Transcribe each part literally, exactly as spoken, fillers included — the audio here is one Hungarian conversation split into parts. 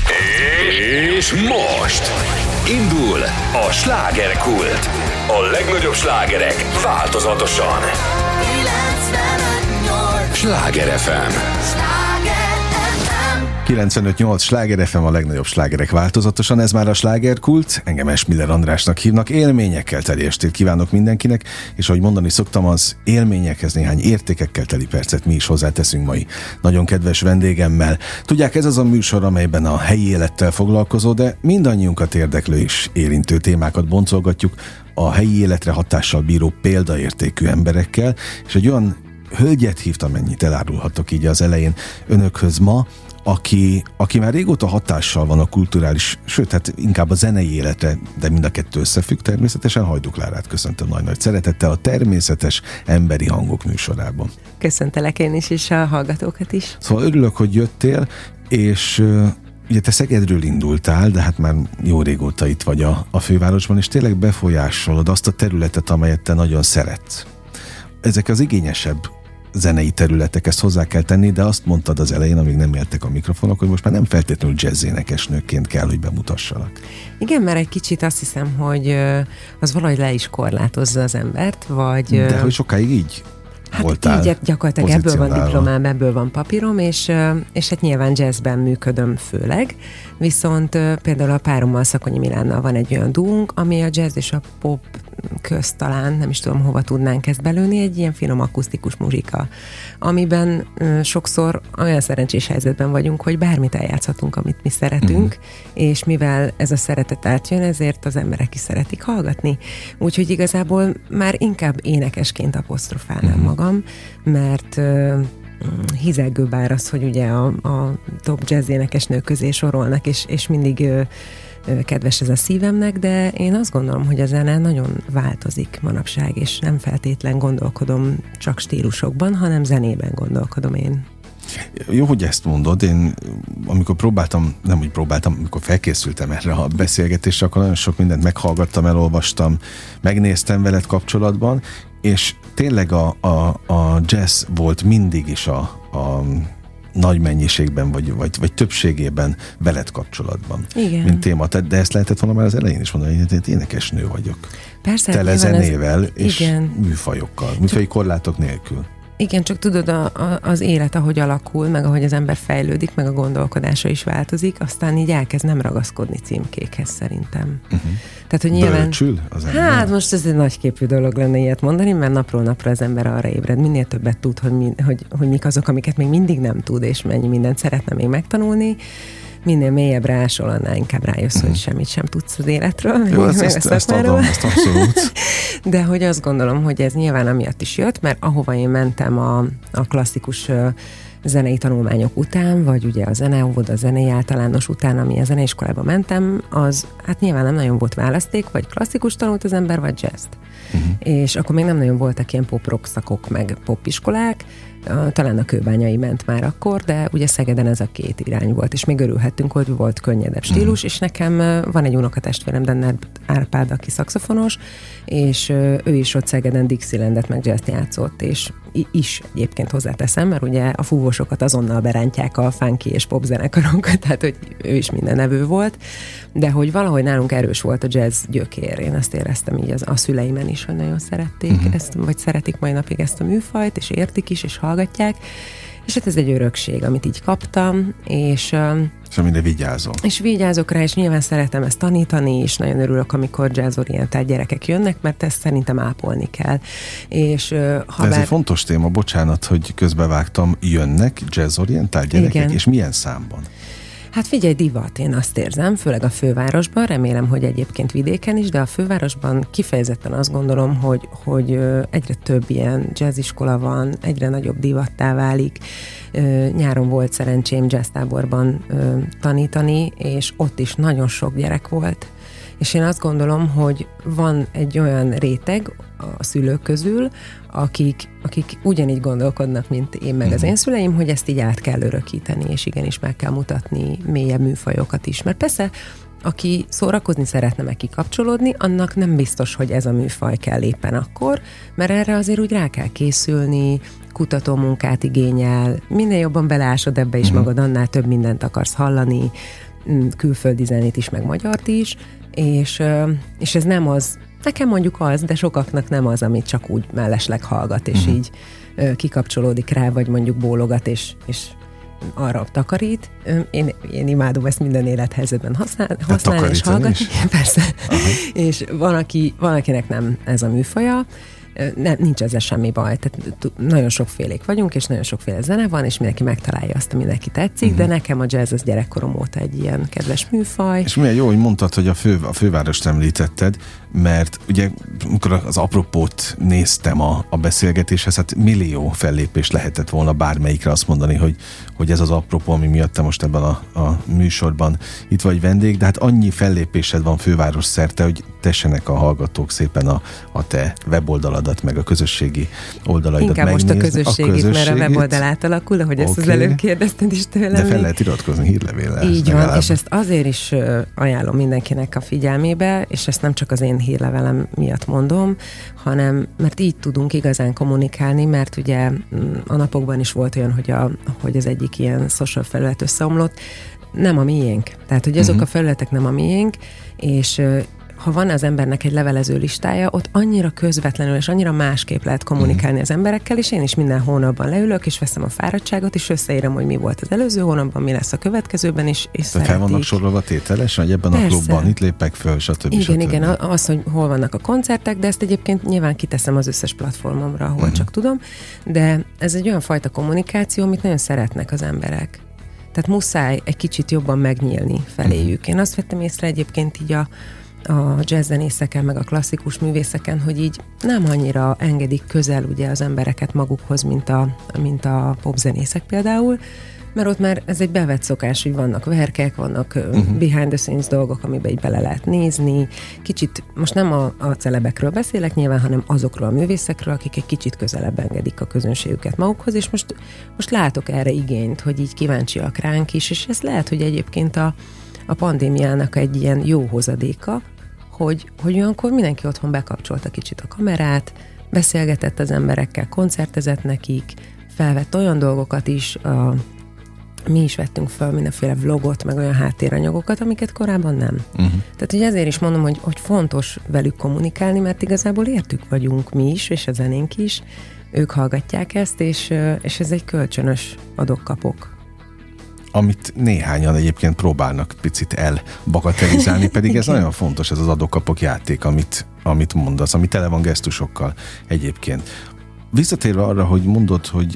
És most indul a slágerkult. A legnagyobb slágerek változatosan. Sláger ef em. kilencvenöt nyolc Sláger ef em, a legnagyobb slágerek változatosan. Ez már a slágerkult. Engem Esmiller Andrásnak hívnak. Élményekkel teli estét kívánok mindenkinek, és ahogy mondani szoktam, az élményekhez néhány értékekkel teli percet mi is hozzáteszünk mai nagyon kedves vendégemmel. Tudják, ez az a műsor, amelyben a helyi élettel foglalkozó, de mindannyiunkat érdeklő és érintő témákat boncolgatjuk a helyi életre hatással bíró példaértékű emberekkel, és egy olyan hölgyet hívtam, mennyit elárulhatok így az elején önökhöz ma, Aki, aki már régóta hatással van a kulturális, sőt, hát inkább a zenei életre, de mind a kettő összefügg természetesen. Hajdú Klárát köszöntöm nagy-nagy szeretettel a Természetes Emberi Hangok műsorában. Köszöntelek én is, és a hallgatókat is. Szóval örülök, hogy jöttél, és uh, ugye te Szegedről indultál, de hát már jó régóta itt vagy a, a fővárosban, és tényleg befolyásolod azt a területet, amelyet te nagyon szeretsz. Ezek az igényesebb zenei területek, ezt hozzá kell tenni, de azt mondtad az elején, amíg nem éltek a mikrofonok, hogy most már nem feltétlenül jazzénekesnőként kell, hogy bemutassalak. Igen, mert egy kicsit azt hiszem, hogy az valahogy le is korlátozza az embert, vagy... De hogy sokáig így hát voltál így gyakorlatilag ebből van diplomám, ebből van papírom, és, és hát nyilván jazzben működöm főleg, viszont például a párommal, Szakonyi Milánnal van egy olyan duónk, ami a jazz és a pop közt talán, nem is tudom, hova tudnánk ezt belőni, egy ilyen finom akusztikus muzsika, amiben ö, sokszor olyan szerencsés helyzetben vagyunk, hogy bármit eljátszhatunk, amit mi szeretünk, uh-huh. és mivel ez a szeretet átjön, ezért az emberek is szeretik hallgatni. Úgyhogy igazából már inkább énekesként apostrofálnám uh-huh. magam, mert ö, hizegő bár az, hogy ugye a, a top jazz énekesnők közé sorolnak, és, és mindig ö, kedves ez a szívemnek, de én azt gondolom, hogy a zene nagyon változik manapság, és nem feltétlen gondolkodom csak stílusokban, hanem zenében gondolkodom én. Jó, hogy ezt mondod. Én amikor próbáltam, nem úgy próbáltam, amikor felkészültem erre a beszélgetésre, akkor nagyon sok mindent meghallgattam, elolvastam, megnéztem veled kapcsolatban, és tényleg a, a, a jazz volt mindig is a, a nagy mennyiségben, vagy, vagy, vagy többségében veled kapcsolatban. Igen. Mint téma. De ezt lehetett volna már az elején is mondani, hogy én énekesnő vagyok. Persze. Tele zenével ez... és igen. műfajokkal, műfaji korlátok nélkül. Igen, csak tudod, a, a, az élet, ahogy alakul, meg ahogy az ember fejlődik, meg a gondolkodása is változik, aztán így elkezd nem ragaszkodni címkékhez szerintem. Uh-huh. Tehát, hogy nyilván... Bölcsül az ember? Hát most ez egy nagyképű dolog lenne ilyet mondani, mert napról napra az ember arra ébred, minél többet tud, hogy, mi, hogy, hogy mik azok, amiket még mindig nem tud, és mennyi mindent szeretne még megtanulni. Minél mélyebbre ásol, annál inkább rájössz, uh-huh. hogy semmit sem tudsz az életről. Jó, ezt, ezt, ezt adom, ezt abszolút. De hogy azt gondolom, hogy ez nyilván amiatt is jött, mert ahova én mentem a, a klasszikus uh, zenei tanulmányok után, vagy ugye a zeneóvoda, a zenei általános után, ami a zeneiskolába mentem, az hát nyilván nem nagyon volt választék, vagy klasszikus tanult az ember, vagy jazz. Uh-huh. És akkor még nem nagyon voltak ilyen pop-rock szakok, meg popiskolák, talán a Kőbányai ment már akkor, de ugye Szegeden ez a két irány volt, és még örülhettünk, hogy volt könnyedebb stílus, uh-huh. és nekem van egy unokatestvérem, Denner Árpád, aki szaxofonos, és ő is ott Szegeden Dixielandet meg jazzt játszott, és is egyébként hozzáteszem, mert ugye a fúvósokat azonnal berántják a funky és pop zenekarokat, tehát hogy ő is minden nevű volt, de hogy valahogy nálunk erős volt a jazz gyökér, én azt éreztem így az, a szüleimen is, hogy nagyon szerették uh-huh. ezt, vagy szeretik mai napig ezt a műfajt, és értik is, és hallgatják, és hát ez egy örökség, amit így kaptam, és... És amire vigyázom. És vigyázok rá, és nyilván szeretem ezt tanítani, és nagyon örülök, amikor jazzorientált gyerekek jönnek, mert ezt szerintem ápolni kell. És, ha ez bár... egy fontos téma, bocsánat, hogy közbevágtam, jönnek jazzorientált gyerekek, igen. És milyen számban? Hát figyelj, divat, én azt érzem, főleg a fővárosban, remélem, hogy egyébként vidéken is, de a fővárosban kifejezetten azt gondolom, hogy, hogy egyre több ilyen jazziskola van, egyre nagyobb divattá válik. Nyáron volt szerencsém jazztáborban tanítani, és ott is nagyon sok gyerek volt. És én azt gondolom, hogy van egy olyan réteg a szülők közül, akik, akik ugyanígy gondolkodnak, mint én meg az én szüleim, hogy ezt így át kell örökíteni, és igenis meg kell mutatni mélyebb műfajokat is. Mert persze, aki szórakozni szeretne meg kikapcsolódni, annak nem biztos, hogy ez a műfaj kell éppen akkor, mert erre azért úgy rá kell készülni, kutatómunkát igényel, minél jobban beleásod ebbe is magad, annál több mindent akarsz hallani, külföldi zenét is, meg magyart is, és, és ez nem az, nekem mondjuk az, de sokaknak nem az, amit csak úgy mellesleg hallgat, és uh-huh. így kikapcsolódik rá, vagy mondjuk bólogat, és, és arra takarít. Én, én imádom ezt minden élethelyzetben használ, használni és hallgatni. Persze. És van, aki, van, akinek nem ez a műfaja, nem, nincs ezzel semmi baj. Tehát nagyon sokfélék vagyunk, és nagyon sokféle zene van, és mindenki megtalálja azt, ami neki tetszik, uh-huh. de nekem a jazz az gyerekkorom óta egy ilyen kedves műfaj. És milyen jó, hogy mondtad, hogy a, fő, a fővárost említetted, mert ugye, amikor az apropót néztem a, a beszélgetéshez, hát millió fellépés lehetett volna bármelyikre azt mondani, hogy, hogy ez az apropó, ami miatt te most ebben a, a műsorban itt vagy vendég, de hát annyi fellépésed van főváros szerte, hogy tessenek a hallgatók szépen a, a te weboldaladat, meg a közösségi oldalaidat Inkább megnézni. most a közösségét, a közösségét, mert a weboldal átalakul, ahogy okay. ezt az előbb kérdezted is tőlem. De fel lehet iratkozni hírlevéllel. Így legalább. Van, és ezt azért is ajánlom mindenkinek a figyelmébe, és ezt nem csak az én hírlevelem miatt mondom, hanem mert így tudunk igazán kommunikálni, mert ugye a napokban is volt olyan, hogy, a, hogy az egyik ilyen social felület összeomlott, nem a miénk. Tehát, hogy azok uh-huh. a felületek nem a miénk, és ha van az embernek egy levelező listája, ott annyira közvetlenül és annyira másképp lehet kommunikálni mm. az emberekkel, és én is minden hónapban leülök, és veszem a fáradtságot, és összeírom, hogy mi volt az előző hónapban, mi lesz a következőben is, és tehát fel vannak sorolva tételes, hogy ebben Persze. a klubban itt lépek föl, stb. Igen, stb. igen, az, hogy hol vannak a koncertek, de ezt egyébként nyilván kiteszem az összes platformomra, ahol mm. csak tudom, de ez egy olyan fajta kommunikáció, amit nagyon szeretnek az emberek. Tehát muszáj egy kicsit jobban megnyílni feléjük. Én azt vettem észre egyébként így a a jazzzenészeken, meg a klasszikus művészeken, hogy így nem annyira engedik közel ugye az embereket magukhoz, mint a, mint a popzenészek például, mert ott már ez egy bevett szokás, hogy vannak verkek, vannak uh-huh. behind the scenes dolgok, amiben így bele lehet nézni. Kicsit, most nem a, a celebekről beszélek nyilván, hanem azokról a művészekről, akik egy kicsit közelebb engedik a közönségüket magukhoz, és most, most látok erre igényt, hogy így kíváncsiak ránk is, és ez lehet, hogy egyébként a a pandémiának egy ilyen jó hozadéka, hogy, hogy olyankor mindenki otthon bekapcsolta kicsit a kamerát, beszélgetett az emberekkel, koncertezett nekik, felvett olyan dolgokat is, a, mi is vettünk fel mindenféle vlogot, meg olyan háttéranyagokat, amiket korábban nem. Uh-huh. Tehát, hogy ezért is mondom, hogy, hogy fontos velük kommunikálni, mert igazából értük vagyunk mi is, és a zenénk is, ők hallgatják ezt, és, és ez egy kölcsönös adok-kapok. Amit néhányan egyébként próbálnak picit elbagatelizálni, pedig ez nagyon fontos, ez az adok-kapok játék, amit, amit mondasz, ami tele van gesztusokkal egyébként. Visszatérve arra, hogy mondod, hogy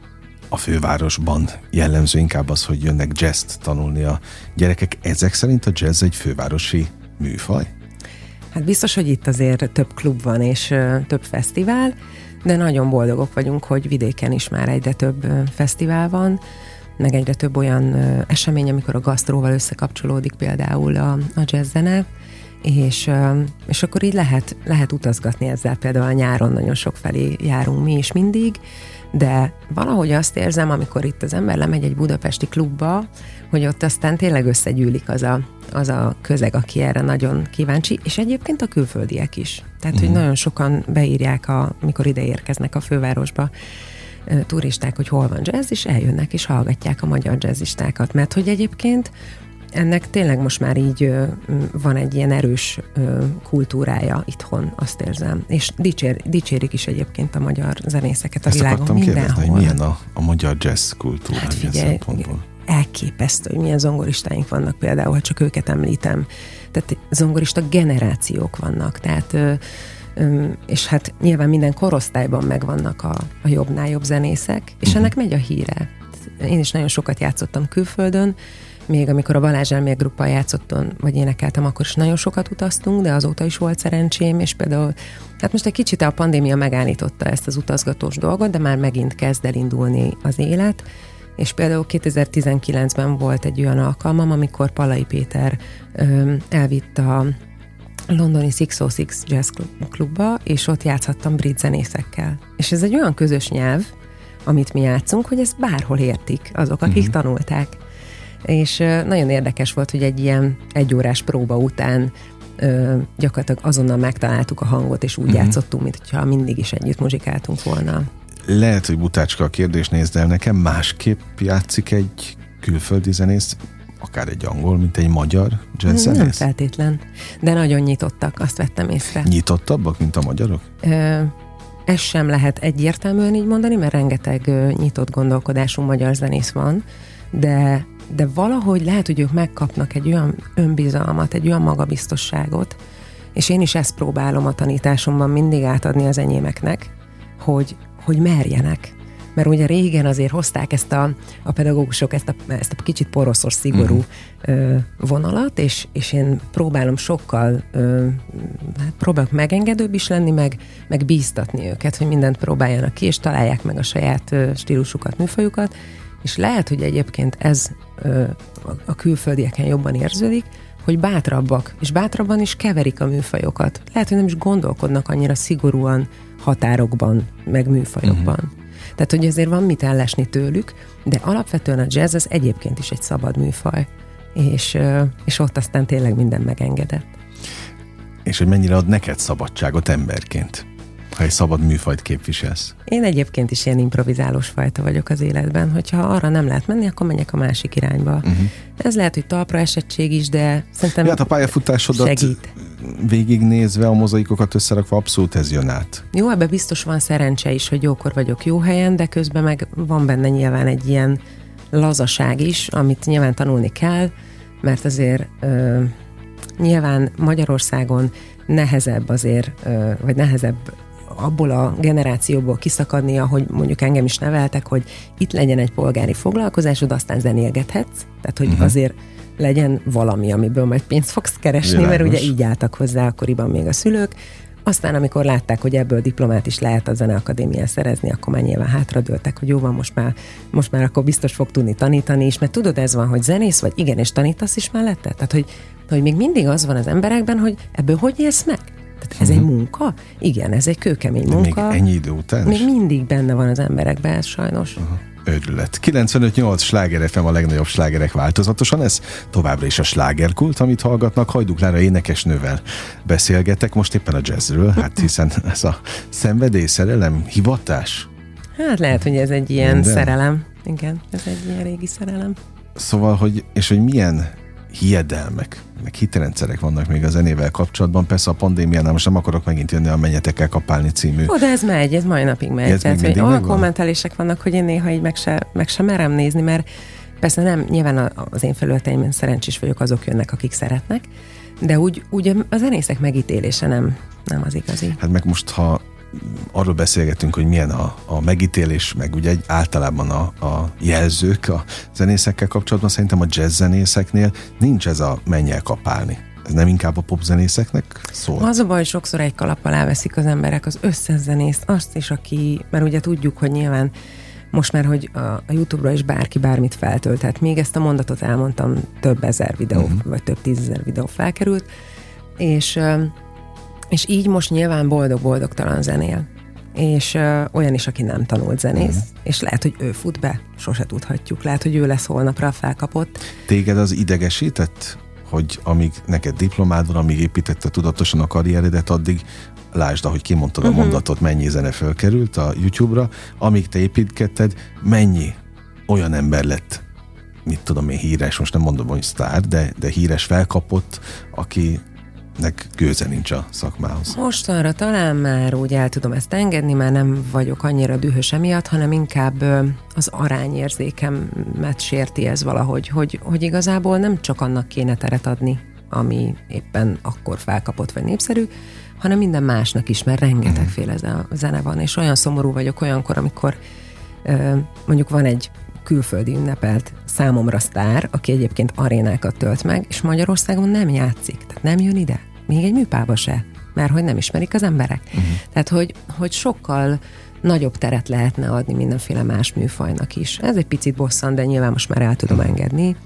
a fővárosban jellemző inkább az, hogy jönnek jazzt tanulni a gyerekek. Ezek szerint a jazz egy fővárosi műfaj? Hát biztos, hogy itt azért több klub van és uh, több fesztivál, de nagyon boldogok vagyunk, hogy vidéken is már egyre több uh, fesztivál van, meg egyre több olyan uh, esemény, amikor a gasztróval összekapcsolódik például a, a jazzzene, és, uh, és akkor így lehet, lehet utazgatni ezzel, például a nyáron nagyon sok felé járunk mi is mindig, de valahogy azt érzem, amikor itt az ember lemegy egy budapesti klubba, hogy ott aztán tényleg összegyűlik az a, az a közeg, aki erre nagyon kíváncsi, és egyébként a külföldiek is. Tehát, uh-huh. hogy nagyon sokan beírják, a, mikor ide érkeznek a fővárosba, turisták, hogy hol van jazz, és eljönnek, és hallgatják a magyar jazzistákat, mert hogy egyébként ennek tényleg most már így ö, van egy ilyen erős ö, kultúrája itthon, azt érzem. És dicsér, dicsérik is egyébként a magyar zenészeket a Ezt világon mindenhol. Ezt kérdezni, hogy milyen a, a magyar jazz kultúra. Hát figyelj, elképesztő, hogy milyen zongoristáink vannak például, ha csak őket említem. Tehát zongorista generációk vannak, tehát ö, ö, és hát nyilván minden korosztályban megvannak a, a jobbnál jobb zenészek, és uh-huh. ennek megy a híre. Én is nagyon sokat játszottam külföldön, még amikor a Balázs Elmér gruppal játszottam, vagy énekeltem, akkor is nagyon sokat utaztunk, de azóta is volt szerencsém, és például, hát most egy kicsit a pandémia megállította ezt az utazgatós dolgot, de már megint kezd elindulni az élet, és például kétezer-tizenkilencben volt egy olyan alkalmam, amikor Pallai Péter ö, elvitt a londoni hatszázhat Jazz Clubba, és ott játszhattam brit zenészekkel. És ez egy olyan közös nyelv, amit mi játszunk, hogy ezt bárhol értik azok, akik uh-huh. tanulták. És nagyon érdekes volt, hogy egy ilyen egyórás próba után ö, gyakorlatilag azonnal megtaláltuk a hangot, és úgy uh-huh. játszottunk, mintha mindig is együtt muzsikáltunk volna. Lehet, hogy butácska a kérdés, nézd el, nekem másképp játszik egy külföldi zenész akár egy angol, mint egy magyar jazzzenész? Nem feltétlen, de nagyon nyitottak, azt vettem észre. Nyitottabbak, mint a magyarok? Ö, ez sem lehet egyértelműen így mondani, mert rengeteg ö, nyitott gondolkodású magyar zenész van, de, de valahogy lehet, hogy ők megkapnak egy olyan önbizalmat, egy olyan magabiztosságot, és én is ezt próbálom a tanításomban mindig átadni az enyémeknek, hogy, hogy merjenek. Mert ugye régen azért hozták ezt a, a pedagógusok, ezt a, ezt a kicsit poroszos, szigorú uh-huh. ö, vonalat, és, és én próbálom sokkal ö, hát próbálok megengedőbb is lenni, meg, meg bíztatni őket, hogy mindent próbáljanak ki, és találják meg a saját ö, stílusukat, műfajukat, és lehet, hogy egyébként ez ö, a külföldieken jobban érződik, hogy bátrabbak, és bátrabban is keverik a műfajokat. Lehet, hogy nem is gondolkodnak annyira szigorúan határokban, meg műfajokban. Uh-huh. Tehát, hogy azért van mit ellesni tőlük, de alapvetően a jazz az egyébként is egy szabad műfaj, és, és ott aztán tényleg minden megengedett. És hogy mennyire ad neked szabadságot emberként, ha egy szabad műfajt képviselsz? Én egyébként is ilyen improvizálós fajta vagyok az életben, hogyha arra nem lehet menni, akkor menjek a másik irányba. Uh-huh. Ez lehet, hogy talpra esettség is, de szerintem hát a pályafutásodat segít. Végignézve, a mozaikokat összerakva abszolút ez jön át. Jó, ebben biztos van szerencse is, hogy jókor vagyok jó helyen, de közben meg van benne nyilván egy ilyen lazaság is, amit nyilván tanulni kell, mert azért ö, nyilván Magyarországon nehezebb azért, ö, vagy nehezebb abból a generációból kiszakadnia, hogy mondjuk engem is neveltek, hogy itt legyen egy polgári foglalkozásod, aztán zenélgethetsz, tehát hogy uh-huh. azért legyen valami, amiből majd pénzt fogsz keresni, Világos. Mert ugye így álltak hozzá akkoriban még a szülők. Aztán, amikor látták, hogy ebből diplomát is lehet a Zeneakadémián szerezni, akkor már nyilván hátradőltek, hogy jó van, most már, most már akkor biztos fog tudni tanítani is, mert tudod, ez van, hogy zenész vagy, igen, és tanítasz is mellette? Tehát, hogy, hogy még mindig az van az emberekben, hogy ebből hogy élsz meg? Tehát ez uh-huh. egy munka? Igen, ez egy kőkemény munka. Még ennyi idő után Még mindig benne van az emberekben, ez sajnos. Uh-huh. Örület. kilencvenöt nyolc Sláger ef em, a legnagyobb slágerek változatosan, ez továbbra is a slágerkult, amit hallgatnak. Hajdú Klára énekesnővel beszélgetek most éppen a jazzről, hát hiszen ez a szenvedély, szerelem, hivatás. Hát lehet, hogy ez egy ilyen Minden. szerelem. Igen, ez egy ilyen régi szerelem. Szóval, hogy, és hogy milyen hiedelmek, meg hitrendszerek vannak még a zenével kapcsolatban. Persze a pandémiánál most nem akarok megint jönni a Menjetek el kapálni című. Ó, de ez megy, ez mai napig megy. Ez Tehát, hogy olyan kommentelések vannak, hogy én néha így meg se, meg se merem nézni, mert persze nem, nyilván az én felületeimben szerencsés vagyok, azok jönnek, akik szeretnek, de úgy, úgy a zenészek megítélése nem, nem az igazi. Hát meg most, ha arról beszélgetünk, hogy milyen a, a megítélés, meg ugye egy általában a, a jelzők a zenészekkel kapcsolatban, szerintem a jazz zenészeknél nincs ez a menj el kapálni. Ez nem inkább a popzenészeknek szól? Az a baj, hogy sokszor egy kalap alá veszik az emberek az összes zenészt, azt is, aki, mert ugye tudjuk, hogy nyilván most már, hogy a, a YouTube-ra is bárki bármit feltölt, tehát még ezt a mondatot elmondtam, több ezer videó, uh-huh. vagy több tízezer videó felkerült, és És így most nyilván boldog-boldogtalan zenél. És ö, olyan is, aki nem tanult zenész, uh-huh. és lehet, hogy ő fut be, sose tudhatjuk. Lehet, hogy ő lesz holnapra felkapott. Téged az idegesített, hogy amíg neked diplomád van, amíg építette tudatosan a karrieredet, addig lásd, ahogy kimondtad uh-huh. a mondatot, mennyi zene fölkerült a YouTube-ra, amíg te építgetted, mennyi olyan ember lett, mit tudom én, híres, most nem mondom, hogy sztár, de, de híres, felkapott, aki nek gőze nincs a szakmához. Mostanra talán már úgy el tudom ezt engedni, már nem vagyok annyira dühös emiatt, hanem inkább az arányérzékemet sérti ez valahogy, hogy, hogy igazából nem csak annak kéne teret adni, ami éppen akkor felkapott vagy népszerű, hanem minden másnak is, mert rengetegféle zene van, és olyan szomorú vagyok olyankor, amikor mondjuk van egy külföldi ünnepelt számomra sztár, aki egyébként arénákat tölt meg, és Magyarországon nem játszik, tehát nem jön ide, még egy műpába se, mert hogy nem ismerik az emberek. Uh-huh. Tehát, hogy, hogy sokkal nagyobb teret lehetne adni mindenféle más műfajnak is. Ez egy picit bosszant, de nyilván most már el tudom uh-huh. engedni.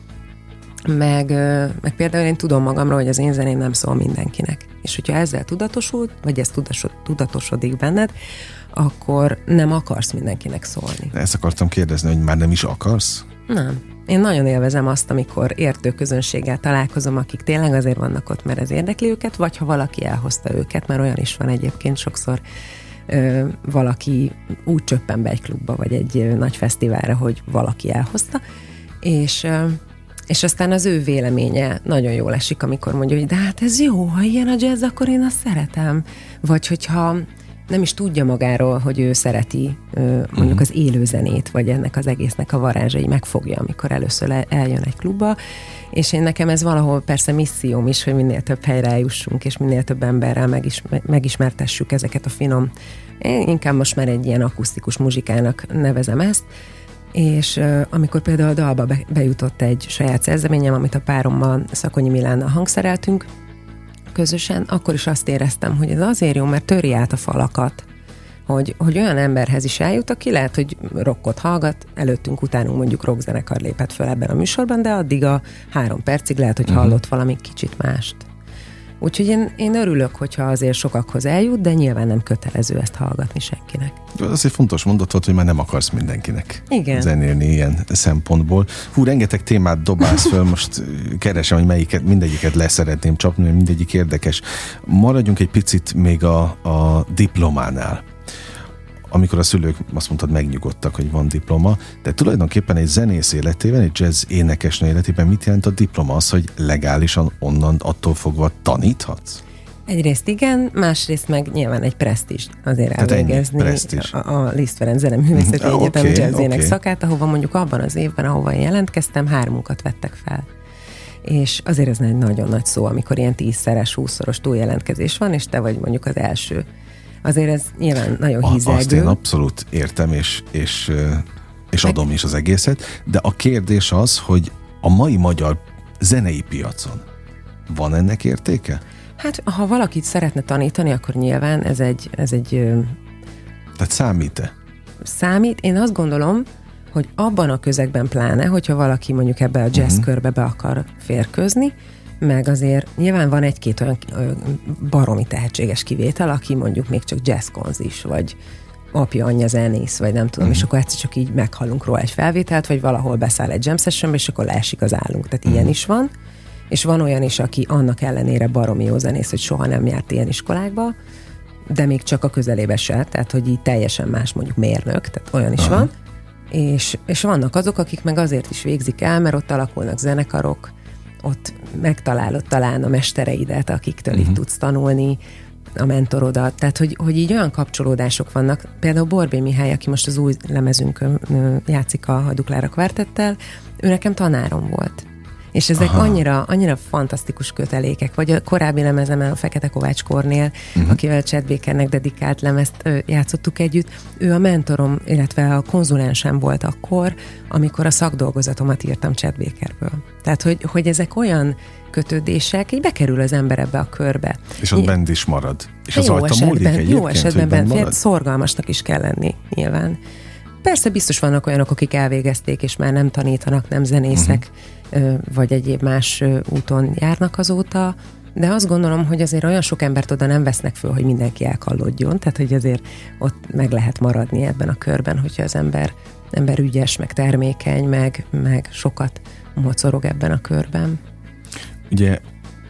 Meg, meg például én tudom magamról, hogy az én zeném nem szól mindenkinek. És hogyha ezzel tudatosult, vagy ez tudatosodik benned, akkor nem akarsz mindenkinek szólni. Ezt akartam kérdezni, hogy már nem is akarsz? Nem. Én nagyon élvezem azt, amikor értő közönséggel találkozom, akik tényleg azért vannak ott, mert ez érdekli őket, vagy ha valaki elhozta őket, mert olyan is van egyébként sokszor, ö, valaki úgy csöppen be egy klubba, vagy egy ö, nagy fesztiválra, hogy valaki elhozta, és, ö, És aztán az ő véleménye nagyon jól esik, amikor mondja, hogy de hát ez jó, ha ilyen a jazz, akkor én azt szeretem. Vagy hogyha nem is tudja magáról, hogy ő szereti mondjuk az élő zenét, vagy ennek az egésznek a varázsai megfogja, amikor először eljön egy klubba, és én nekem ez valahol persze misszióm is, hogy minél több helyre eljussunk, és minél több emberrel megismer, megismertessük ezeket a finom, én inkább most már egy ilyen akusztikus muzsikának nevezem ezt, és uh, amikor például a dalba be, bejutott egy saját szerzeményem, amit a párommal, Szakonyi Milánnal hangszereltünk közösen, akkor is azt éreztem, hogy ez azért jó, mert töri át a falakat, hogy, hogy olyan emberhez is eljut, aki lehet, hogy rockot hallgat, előttünk, utánunk mondjuk rockzenekar lépett föl ebben a műsorban, de addig a három percig lehet, hogy hallott uh-huh. valami kicsit mást. Úgyhogy én, én örülök, hogyha azért sokakhoz eljut, de nyilván nem kötelező ezt hallgatni senkinek. Az egy fontos mondat volt, hogy már nem akarsz mindenkinek Igen. zenélni ilyen szempontból. Hú, rengeteg témát dobálsz föl, most keresem, hogy melyiket, mindegyiket leszeretném csapni, mert mindegyik érdekes. Maradjunk egy picit még a, a diplománál. Amikor a szülők azt mondtad, megnyugodtak, hogy van diploma, de tulajdonképpen egy zenész életében, egy jazz énekesnő életében mit jelent a diploma? Az, hogy legálisan onnan attól fogva taníthatsz? Egyrészt igen, másrészt meg nyilván egy presztízs azért Tehát elvégezni a, a Liszt Ferenc Zeneművészeti mm, Egyetem okay, jazz ének okay. szakát, ahova mondjuk abban az évben, ahova én jelentkeztem, hármunkat vettek fel. És azért ez egy nagyon nagy szó, amikor ilyen tízszeres, húszszoros túljelentkezés van, és te vagy mondjuk az első. Azért ez nyilván nagyon hízelgő. Azt én abszolút értem, és, és, és adom is az egészet, de a kérdés az, hogy a mai magyar zenei piacon van ennek értéke? Hát, ha valakit szeretne tanítani, akkor nyilván ez egy... Ez egy Tehát számít-e? Számít. Én azt gondolom, hogy abban a közegben pláne, hogyha valaki mondjuk ebbe a jazz uh-huh. körbe be akar férkőzni, meg azért nyilván van egy-két olyan baromi tehetséges kivétel, aki mondjuk még csak jazzkonz is, vagy apja, anyja zenész, vagy nem tudom, mm. és akkor egyszer csak így meghallunk róla egy felvételt, vagy valahol beszáll egy jam sessionbe, és akkor leesik az állunk. Tehát mm. ilyen is van. És van olyan is, aki annak ellenére baromi jó zenész, hogy soha nem járt ilyen iskolákba, de még csak a közelébe se, tehát hogy így teljesen más, mondjuk mérnök, tehát olyan is Aha. van. És, és vannak azok, akik meg azért is végzik el, mert ott alakulnak zenekarok, ott megtalálod talán a mestereidet, akiktől uh-huh. így tudsz tanulni, a mentorodat, tehát hogy, hogy így olyan kapcsolódások vannak. Például Borbély Mihály, aki most az új lemezünkön játszik a Hajduklára Kvartettel, ő nekem tanárom volt. És ezek annyira, annyira fantasztikus kötelékek, vagy a korábbi lemezemen a Fekete Kovács Kornél, uh-huh. akivel Chet Bakernek dedikált lemezt ö, játszottuk együtt, ő a mentorom, illetve a konzulensem volt akkor, amikor a szakdolgozatomat írtam Chet Bakerből. Tehát, hogy, hogy ezek olyan kötődések, így bekerül az ember ebbe a körbe. És ott bent is marad. És az jó rajta esetben, múlik egyébként, jó esetben bent marad? Szorgalmasnak is kell lenni, nyilván. Persze biztos vannak olyanok, akik elvégezték, és már nem tanítanak, nem zenészek, uh-huh. vagy egyéb más úton járnak azóta, de azt gondolom, hogy azért olyan sok embert oda nem vesznek föl, hogy mindenki elkallódjon, tehát hogy azért ott meg lehet maradni ebben a körben, hogyha az ember, ember ügyes, meg termékeny, meg, meg sokat mocorog ebben a körben. Ugye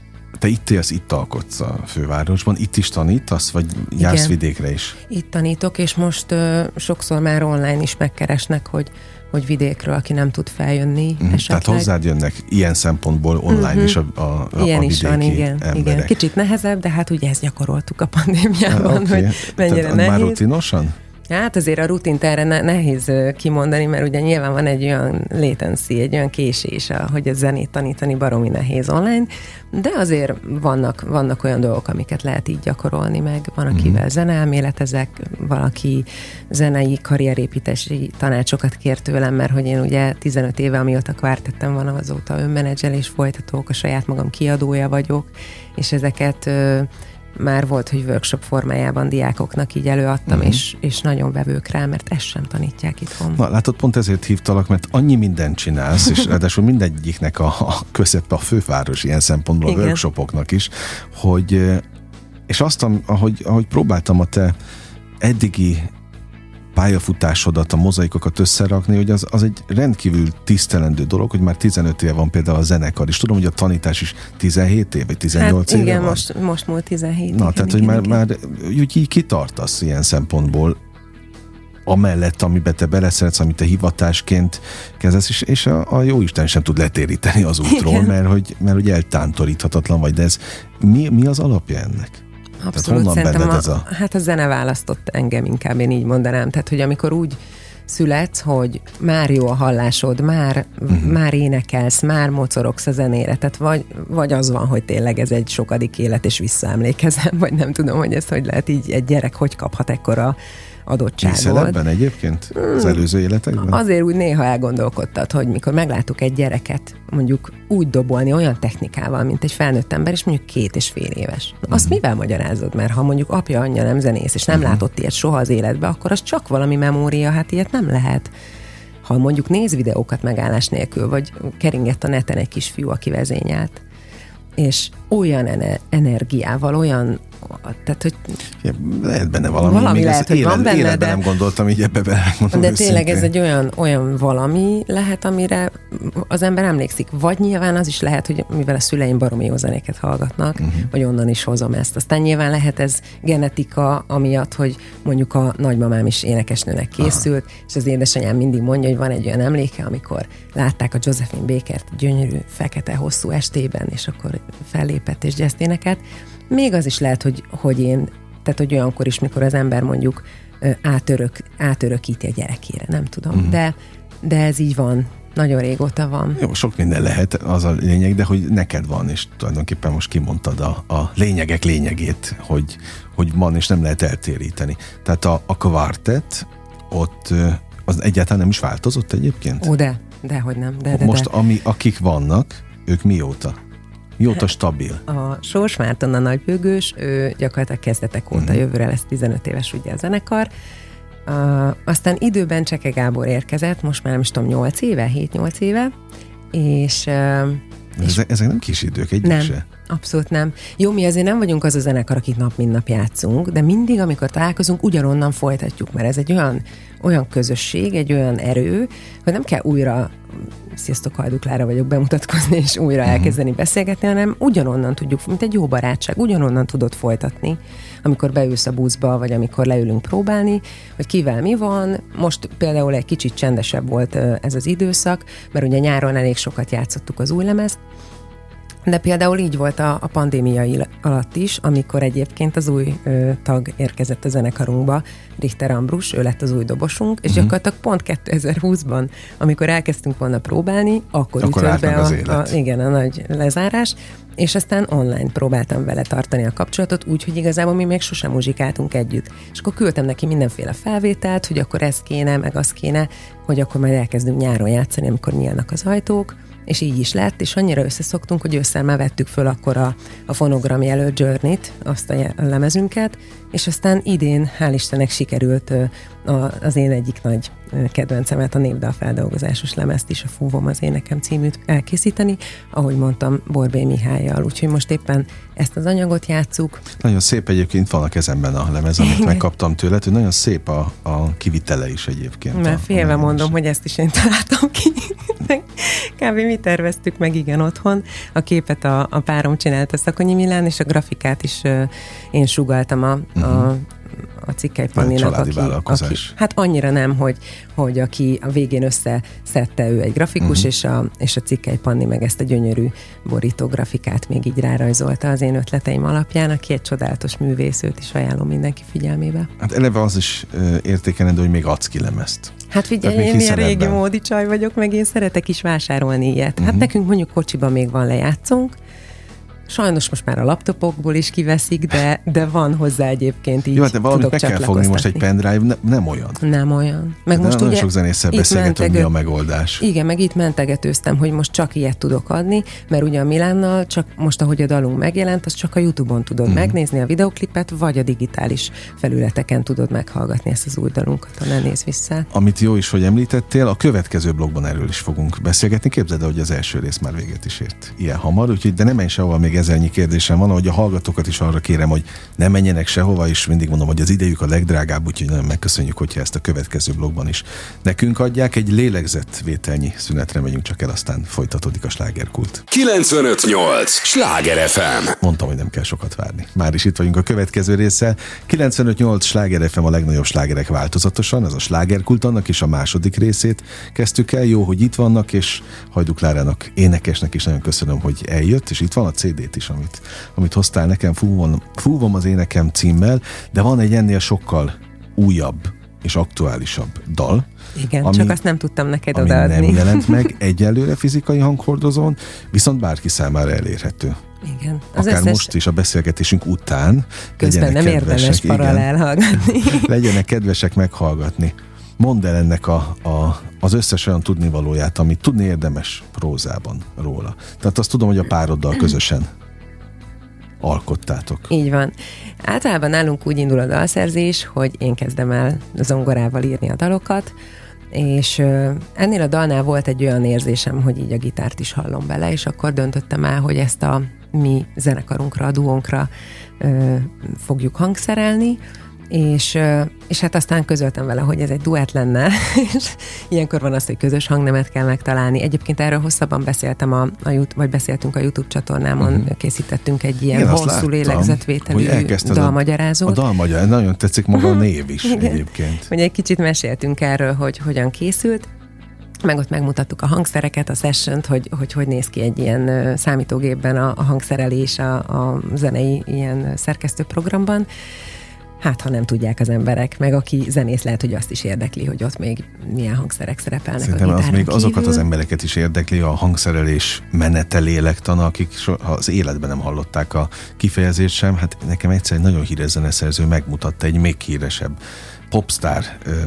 te itt élsz, itt alkotsz a fővárosban, itt is tanítasz, vagy jársz Igen. vidékre is? Itt tanítok, és most uh, sokszor már online is megkeresnek, hogy, hogy vidékről, aki nem tud feljönni mm, esetleg. Tehát hozzád jönnek ilyen szempontból online mm-hmm. is a, a, a, ilyen a is van, igen, igen. Kicsit nehezebb, de hát ugye ezt gyakoroltuk a pandémiában, ja, okay. hogy mennyire Tehát nehéz. Már rutinosan? Hát azért a rutint erre ne, nehéz kimondani, mert ugye nyilván van egy olyan latency, egy olyan késés, hogy a zenét tanítani baromi nehéz online, de azért vannak, vannak olyan dolgok, amiket lehet így gyakorolni, meg van, akivel mm. zeneelméletezek, valaki zenei karrierépítési tanácsokat kér tőlem, mert hogy én ugye tizenöt éve, amióta Kvartettem van, azóta önmenedzselés folytatók, a saját magam kiadója vagyok, és ezeket már volt, hogy workshop formájában diákoknak így előadtam, uh-huh. és, és nagyon vevők rá, mert ezt sem tanítják itthon. Na, látod, pont ezért hívtalak, mert annyi mindent csinálsz, és ráadásul mindegyiknek a, a közepe a főváros ilyen szempontból, Igen. a workshopoknak is, hogy, és azt, ahogy, ahogy próbáltam a te eddigi pályafutásodat, a mozaikokat összerakni, hogy az, az egy rendkívül tisztelendő dolog, hogy már tizenöt éve van például a zenekar, és tudom, hogy a tanítás is tizenhét év, vagy tizennyolc hát éve igen, van. most, most múlt tizenhét. Na, igen, tehát, igen, hogy már, igen. már úgy így kitartasz ilyen szempontból. amellett, amiben te beleszeretsz, amit te hivatásként kezdesz, és, és a, a jóisten sem tud letéríteni az útról, mert hogy, mert hogy eltántoríthatatlan vagy, de ez mi, mi az alapja ennek? Abszolút, szerintem a, ez a... hát a zene választott engem, inkább én így mondanám, tehát hogy amikor úgy születsz, hogy már jó a hallásod, már, uh-huh. már énekelsz, már mocorogsz a zenére, tehát vagy, vagy az van, hogy tényleg ez egy sokadik élet, és visszaemlékezem, vagy nem tudom, hogy ezt hogy lehet így, egy gyerek hogy kaphat ekkora adottságot. Hiszel ebben egyébként? Az előző életekben? Azért úgy néha elgondolkodtad, hogy mikor megláttuk egy gyereket mondjuk úgy dobolni olyan technikával, mint egy felnőtt ember, és mondjuk két és fél éves. Azt uh-huh. mivel magyarázod? Mert ha mondjuk apja, anyja nem zenész, és nem uh-huh. látott ilyet soha az életbe, akkor az csak valami memória, hát ilyet nem lehet. Ha mondjuk néz videókat megállás nélkül, vagy keringett a neten egy kisfiú, aki vezényelt, és olyan ener- energiával, olyan, tehát, hogy... Ja, lehet benne valami. Valami lehet, hogy élet, van benne, életben de... nem gondoltam így ebbe bele. De tényleg ez egy olyan, olyan valami lehet, amire az ember emlékszik. Vagy nyilván az is lehet, hogy mivel a szüleim baromi jó zenéket hallgatnak, uh-huh. vagy onnan is hozom ezt. Aztán nyilván lehet ez genetika, amiatt, hogy mondjuk a nagymamám is énekesnőnek készült, aha. és az édesanyám mindig mondja, hogy van egy olyan emléke, amikor látták a Josephine Bakert gyönyörű, fekete, hosszú estében, és akkor fellépett és jazzt énekelt. Még az is lehet, hogy, hogy én, tehát hogy olyankor is, mikor az ember mondjuk átörök, átörökíti a gyerekére, nem tudom. Uh-huh. De, de ez így van. Nagyon régóta van. Jó, sok minden lehet, az a lényeg, de hogy neked van, és tulajdonképpen most kimondtad a, a lényegek lényegét, hogy, hogy van, és nem lehet eltéríteni. Tehát a, a kvartett, ott az egyáltalán nem is változott egyébként? Ó, de, dehogy nem. De, de, most, de. Ami, akik vannak, ők mióta? Mióta stabil? A Sós Márton, a nagybőgős, ő gyakorlatilag kezdetek óta, uh-huh. jövőre lesz tizenöt éves ugye a zenekar. Uh, aztán időben Cseke Gábor érkezett, most már nem is tudom, nyolc éve, hét-nyolc éve, és... Uh, és ezek, ezek nem kis idők, egyik nem, se. Abszolút nem. Jó, mi azért nem vagyunk az a zenekar, akik nap mint nap játszunk, de mindig, amikor találkozunk, ugyanonnan folytatjuk, mert ez egy olyan, olyan közösség, egy olyan erő, hogy nem kell újra, sziasztok, Hajdú Klára vagyok, bemutatkozni, és újra uh-huh. elkezdeni beszélgetni, hanem ugyanonnan tudjuk, mint egy jó barátság, ugyanonnan tudod folytatni, amikor beülsz a buszba, vagy amikor leülünk próbálni, hogy kivel mi van. Most például egy kicsit csendesebb volt ez az időszak, mert ugye nyáron elég sokat játszottuk az új lemezt, de például így volt a, a pandémia alatt is, amikor egyébként az új ö, tag érkezett a zenekarunkba, Richter Ambrus, ő lett az új dobosunk, és uh-huh. gyakorlatilag pont kétezer-húszban, amikor elkezdtünk volna próbálni, akkor, akkor ütött be a, a, igen, a nagy lezárás, és aztán online próbáltam vele tartani a kapcsolatot, úgyhogy igazából mi még sosem muzsikáltunk együtt. És akkor küldtem neki mindenféle felvételt, hogy akkor ez kéne, meg az kéne, hogy akkor majd elkezdünk nyáron játszani, amikor nyílnak az ajtók, és így is lett, és annyira összeszoktunk, hogy ősszel már vettük föl akkor a, a fonogram jelölt Journey-t, azt a lemezünket, és aztán idén, hál' Istennek sikerült a, az én egyik nagy kedvencemet, a népdal feldolgozásos lemezt is, a Fúvom az énekem címűt elkészíteni, ahogy mondtam, Borbély Mihállyal, úgyhogy most éppen ezt az anyagot játsszuk. Nagyon szép egyébként, van a kezemben a lemez, amit megkaptam tőled, hogy nagyon szép a, a kivitele is egyébként. Mert félve mondom, hogy ezt is én találtam ki. Kb. Mi terveztük meg, igen, otthon. A képet a, a párom csinálta, Szakonyi Milán, és a grafikát is uh, én sugalltam a, uh-huh. a a Cikkely Panninak, aki, aki, hát annyira nem, hogy, hogy aki a végén összeszedte, ő egy grafikus, uh-huh. és, a, és a Cikkely Panni meg ezt a gyönyörű borító grafikát még így rárajzolta az én ötleteim alapján, aki egy csodálatos művész, őt is ajánlom mindenki figyelmébe. Hát eleve az is uh, értékelendő, hogy még adsz ki lemezt. Hát figyelj, én ilyen régi módi csaj vagyok, meg én szeretek is vásárolni ilyet. Uh-huh. Hát nekünk mondjuk kocsiban még van lejátszónk, sajnos most már a laptopokból is kiveszik, de, de van hozzá egyébként így. Jó, de valamit meg kell fogni, most egy pendrive ne, nem olyan. Nem olyan. Meg de most ugye sok zenésszel beszélgetünk, mi a megoldás. Igen, meg itt mentegetőztem, hogy most csak ilyet tudok adni, mert ugye a Milánnal csak most, ahogy a dalunk megjelent, az csak a YouTube-on tudod uh-huh. megnézni a videoklipet, vagy a digitális felületeken tudod meghallgatni ezt az új dalunkat, ha ne nézz vissza. Amit jó is, hogy említettél, a következő blogban erről is fogunk beszélgetni. Képzeld el, hogy az első rész már véget is ért ilyen hamar, úgyhogy de nem menj sehova, még ezernyi kérdésem van, hogy a hallgatókat is arra kérem, hogy ne menjenek sehova, és mindig mondom, hogy az idejük a legdrágább, úgyhogy nagyon megköszönjük, hogyha ezt a következő blogban is nekünk adják. Egy lélegzetvételnyi szünetre megyünk csak el, aztán folytatódik a slágerkult. kilencvenöt nyolc Sláger ef em. Mondtam, hogy nem kell sokat várni. Már is itt vagyunk a következő résszel. kilencvenöt nyolc Sláger ef em, a legnagyobb slágerek változatosan, ez a slágerkult, annak is a második részét kezdtük el. Jó, hogy itt vannak, és Hajdú Klárának, énekesnek is nagyon köszönöm, hogy eljött, és itt van a cé dét is, amit, amit hoztál nekem, Fúvom, Fúvom az énekem címmel, de van egy ennél sokkal újabb és aktuálisabb dal. Igen, ami, csak azt nem tudtam neked ami odaadni. Nem jelent meg egyelőre fizikai hanghordozón, viszont bárki számára elérhető. Igen. Az Akár összes... most is a beszélgetésünk után. Közben nem érdemes paralel hallgatni. Legyenek kedvesek meghallgatni. Mondd el ennek a, a, az összes olyan tudnivalóját, amit tudni érdemes prózában róla. Tehát azt tudom, hogy a pároddal közösen alkottátok. Így van. Általában nálunk úgy indul a dalszerzés, hogy én kezdem el zongorával írni a dalokat, és ennél a dalnál volt egy olyan érzésem, hogy így a gitárt is hallom bele, és akkor döntöttem el, hogy ezt a mi zenekarunkra, a duónkra ö, fogjuk hangszerelni, és, és hát aztán közöltem vele, hogy ez egy duett lenne, és ilyenkor van az, hogy közös hangnemet kell megtalálni. Egyébként erről hosszabban beszéltem, a, a, vagy beszéltünk a YouTube csatornámon, uh-huh. készítettünk egy ilyen igen, hosszú lélegzetvételű dalmagyarázót. A dalmagyarázó, nagyon tetszik maga a név is egyébként. Hogy egy kicsit meséltünk erről, hogy hogyan készült, meg ott megmutattuk a hangszereket, a sessiont, hogy hogy, hogy néz ki egy ilyen számítógépben a, a hangszerelés a, a zenei ilyen szerkesztőprogramban. Hát, ha nem tudják az emberek, meg aki zenész, lehet, hogy azt is érdekli, hogy ott még milyen hangszerek szerepelnek. Szerintem a gitáron az még kívül. Azokat az embereket is érdekli, a hangszerelés menete, lélektana, akik soha az életben nem hallották a kifejezést sem. Hát nekem egyszer egy nagyon híres zeneszerző megmutatta, egy még híresebb popstar,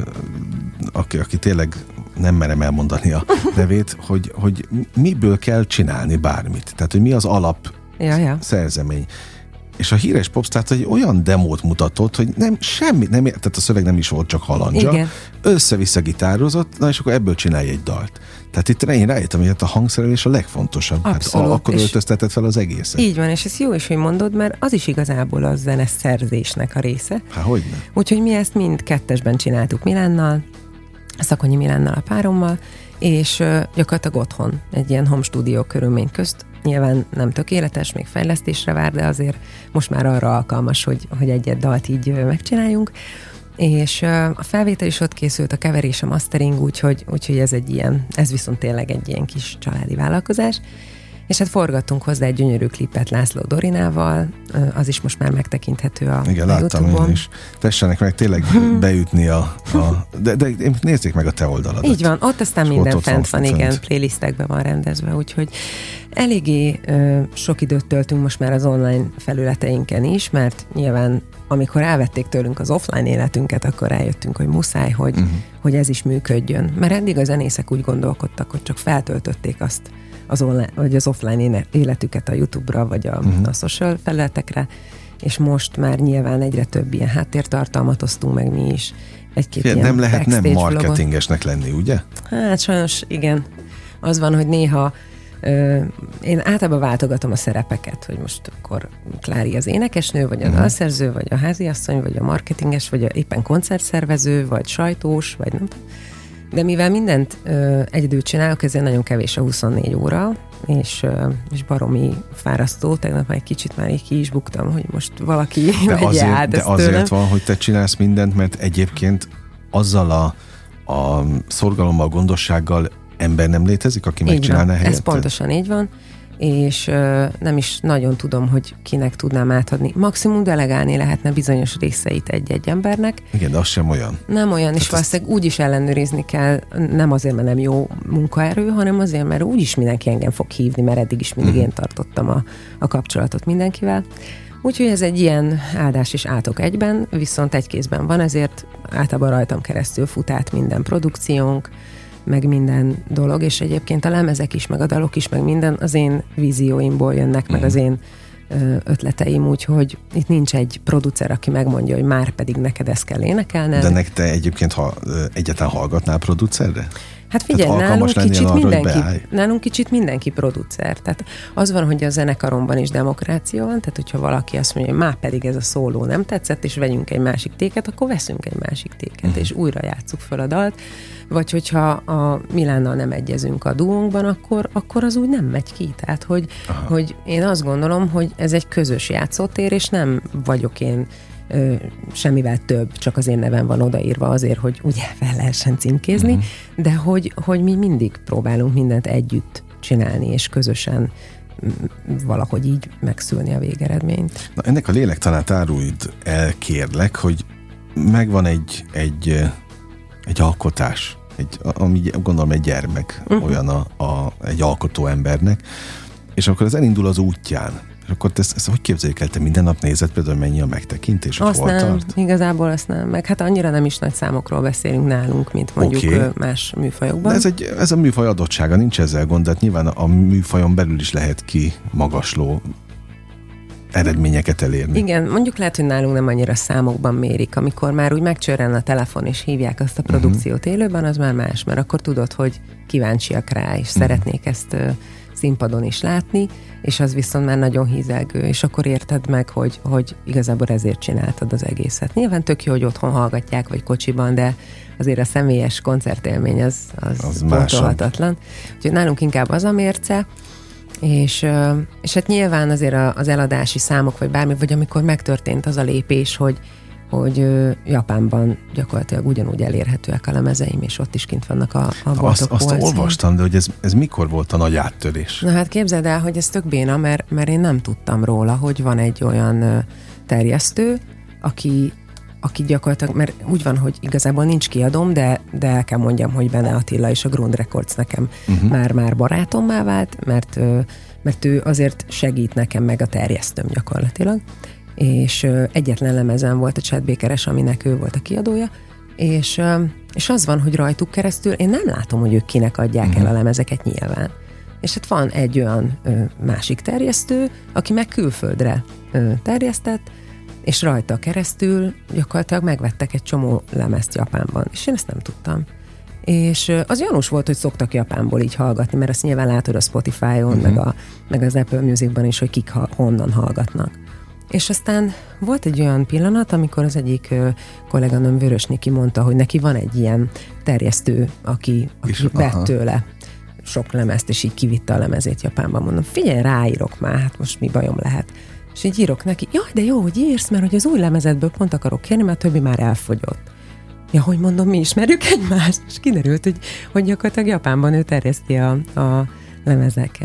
aki, aki tényleg nem merem elmondani a nevét, hogy, hogy miből kell csinálni bármit. Tehát, hogy mi az alap ja, ja. szerzemény. És a híres popstar egy olyan demót mutatott, hogy nem, semmi, nem, tehát a szöveg nem is volt, csak halandzsa. Igen. Össze-vissza gitározott, na és akkor ebből csinálj egy dalt. Tehát itt én rájöttem, hogy a hangszerelés a legfontosabb. Abszolút. Hát akkor öltöztetett fel az egészet. Így van, és ez jó is, hogy mondod, mert az is igazából a zeneszerzésnek a része. Há, hogyne. Úgyhogy mi ezt mind kettesben csináltuk Milánnal, Szakonyi Milánnal, a párommal, és uh, gyakorlatilag otthon, egy ilyen home stúdió körülmény közt. Nyilván nem tökéletes, még fejlesztésre vár, de azért most már arra alkalmas, hogy, hogy egy-egy dalt így uh, megcsináljunk. És uh, a felvétel is ott készült, a keverés, a mastering, úgyhogy, úgyhogy ez egy ilyen, ez viszont tényleg egy ilyen kis családi vállalkozás. És hát forgattunk hozzá egy gyönyörű klipet László Dorinával, az is most már megtekinthető a, igen, a láttam YouTube-on. Én is. Tessenek meg tényleg beütni a... a de, de nézzék meg a te oldaladat. Így van, ott aztán és minden ott fent van, fent. igen, playlistekben van rendezve, úgyhogy eléggé ö, sok időt töltünk most már az online felületeinken is, mert nyilván amikor elvették tőlünk az offline életünket, akkor rájöttünk, hogy muszáj, hogy, uh-huh. hogy ez is működjön. Mert eddig a zenészek úgy gondolkodtak, hogy csak feltöltötték azt az online, vagy az offline életüket a YouTube-ra, vagy a, uh-huh. a social felületekre, és most már nyilván egyre több ilyen háttértartalmat osztunk meg mi is. Egy-két Fél, ilyen nem lehet nem marketingesnek vlogot. lenni, ugye? Hát sajnos igen. Az van, hogy néha ö, én általában váltogatom a szerepeket, hogy most akkor Klári az énekesnő, vagy a uh-huh. dalszerző, vagy a háziasszony, vagy a marketinges, vagy a éppen koncertszervező, vagy sajtós, vagy nem. De mivel mindent ö, egyedül csinálok, ezért nagyon kevés a huszonnégy óra, és, ö, és baromi fárasztó. Tegnap egy kicsit már így ki is buktam, hogy most valaki de megye azért, át de ezt azért tőlem. van, hogy te csinálsz mindent, mert egyébként azzal a, a szorgalommal, gondossággal ember nem létezik, aki megcsinálná helyetted? Ez pontosan így van, és ö, nem is nagyon tudom, hogy kinek tudnám átadni. Maximum delegálni lehetne bizonyos részeit egy-egy embernek. Igen, de az sem olyan. Nem olyan, és ezt... valószínűleg úgy is ellenőrizni kell, nem azért, mert nem jó munkaerő, hanem azért, mert úgyis mindenki engem fog hívni, mert eddig is mindig mm. én tartottam a, a kapcsolatot mindenkivel. Úgyhogy ez egy ilyen áldás és átok egyben, viszont egy kézben van, ezért általában rajtam keresztül fut át minden produkciónk, meg minden dolog, és egyébként a lemezek is, meg a dalok is, meg minden az én vízióimból jönnek, meg az én ö, ötleteim, úgyhogy itt nincs egy producer, aki megmondja, hogy már pedig neked ezt kell énekelned. De neked te egyébként ha, egyáltalán hallgatnál producerre? Hát figyelj, nálunk kicsit, mindenki, nálunk kicsit mindenki producer. Tehát az van, hogy a zenekaromban is demokrácia van, tehát hogyha valaki azt mondja, hogy már pedig ez a szóló nem tetszett, és vegyünk egy másik téket, akkor veszünk egy másik téket, uh-huh. és újra játsszuk föl a dalt. Vagy hogyha a Milánnal nem egyezünk a duónkban, akkor, akkor az úgy nem megy ki. Tehát, hogy, hogy én azt gondolom, hogy ez egy közös játszótér, és nem vagyok én Ö, semmivel több, csak az én nevem van odaírva azért, hogy ugye fel lehessen címkézni, uh-huh. de hogy, hogy mi mindig próbálunk mindent együtt csinálni, és közösen valahogy így megszülni a végeredményt. Na, ennek a lélektanát áruld el, kérlek, hogy megvan egy, egy, egy alkotás, egy, ami gondolom egy gyermek, uh-huh. olyan a, a, egy alkotó embernek, és akkor az elindul az útján. És akkor ezt, ezt hogy képzeljük el, te minden nap nézed például, mennyi a megtekintés, hogy azt hol nem, tart? Igazából azt nem. Meg hát annyira nem is nagy számokról beszélünk nálunk, mint mondjuk okay. más műfajokban. De ez, egy, ez a műfaj adottsága, nincs ezzel gond, de hát nyilván a műfajon belül is lehet ki magasló eredményeket elérni. Igen, mondjuk lehet, hogy nálunk nem annyira számokban mérik, amikor már úgy megcsörren a telefon és hívják azt a produkciót uh-huh. élőben, az már más, mert akkor tudod, hogy kíváncsiak rá, és uh-huh. szeretnék ezt uh, színpadon is látni, és az viszont már nagyon hízelgő, és akkor érted meg, hogy, hogy igazából ezért csináltad az egészet. Nyilván tök jó, hogy otthon hallgatják, vagy kocsiban, de azért a személyes koncertélmény az, az, az pótolhatatlan. Úgyhogy nálunk inkább az a mérce, és, és hát nyilván azért az eladási számok, vagy bármi, vagy amikor megtörtént az a lépés, hogy hogy Japánban gyakorlatilag ugyanúgy elérhetőek a lemezeim, és ott is kint vannak a, a boltok. Azt, azt olvastam, de hogy ez, ez mikor volt a nagy áttörés? Na hát képzeld el, hogy ez tök béna, mert, mert én nem tudtam róla, hogy van egy olyan terjesztő, aki, aki gyakorlatilag, mert úgy van, hogy igazából nincs kiadom, de, de el kell mondjam, hogy Bene Attila és a Grund Records nekem uh-huh. már-már barátommá vált, mert, mert ő azért segít nekem meg a terjesztőm gyakorlatilag. És uh, egyetlen lemezen volt a Chad Bakeres, aminek ő volt a kiadója, és, uh, és az van, hogy rajtuk keresztül én nem látom, hogy ők kinek adják uh-huh. el a lemezeket nyilván. És hát van egy olyan uh, másik terjesztő, aki meg külföldre uh, terjesztett, és rajta keresztül gyakorlatilag megvettek egy csomó lemezt Japánban, és én ezt nem tudtam. És uh, az gyanús volt, hogy szoktak Japánból így hallgatni, mert azt nyilván látod a Spotify-on, uh-huh. meg, a, meg az Apple Musicban is, hogy kik ha, honnan hallgatnak. És aztán volt egy olyan pillanat, amikor az egyik ö, kolléganőm Vörös Niki mondta, hogy neki van egy ilyen terjesztő, aki, aki vett aha. tőle sok lemezt, és így kivitte a lemezét Japánban. Mondom, figyelj, ráírok már, hát most mi bajom lehet. És így írok neki, jaj, de jó, hogy írsz, mert hogy az új lemezetből pont akarok kérni, mert a többi már elfogyott. Ja, hogy mondom, mi ismerjük egymást? És kiderült, hogy, hogy gyakorlatilag Japánban ő terjeszti a, a lemezeket.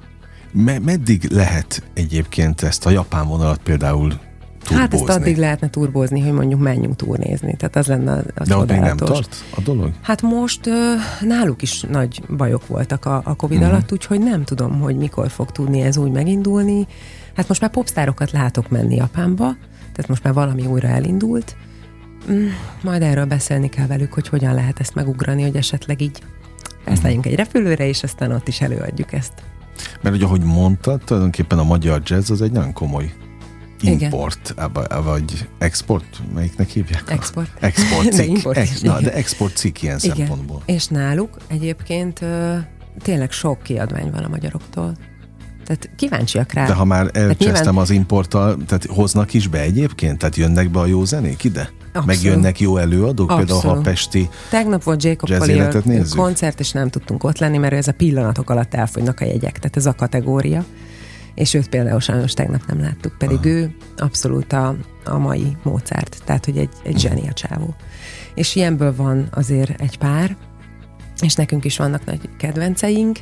Me- meddig lehet egyébként ezt a japán vonalat például turbózni? Hát ezt addig lehetne turbózni, hogy mondjuk menjünk turnézni. Tehát az lenne a De ott még nem tart a dolog? Hát most ö, náluk is nagy bajok voltak a, a Covid uh-huh. alatt, úgyhogy nem tudom, hogy mikor fog tudni ez úgy megindulni. Hát most már popstárokat látok menni Japánba, tehát most már valami újra elindult. Mm, majd erről beszélni kell velük, hogy hogyan lehet ezt megugrani, hogy esetleg így elszálljunk uh-huh. egy repülőre, és aztán ott is előadjuk ezt. Mert ugye, ahogy mondtad, tulajdonképpen a magyar jazz az egy nagyon komoly import, abba, vagy export, melyiknek hívják? Export. Export cikk. De import Ex, na, de export cikk ilyen igen. szempontból. És náluk egyébként ö, tényleg sok kiadvány van a magyaroktól. Tehát kíváncsiak rá. De ha már elcsesztem nyilván... az importtal, tehát hoznak is be egyébként? Tehát jönnek be a jó zenék ide? Abszolút. Meg jönnek jó előadók? Abszolút. Például ha a pesti tegnap volt Jacob Collier koncert, és nem tudtunk ott lenni, mert ez a pillanatok alatt elfogynak a jegyek. Tehát ez a kategória. És őt például sajnos tegnap nem láttuk, pedig aha. ő abszolút a, a mai Mozart. Tehát, hogy egy, egy zseni a csávó. És ilyenből van azért egy pár, és nekünk is vannak nagy kedvenceink.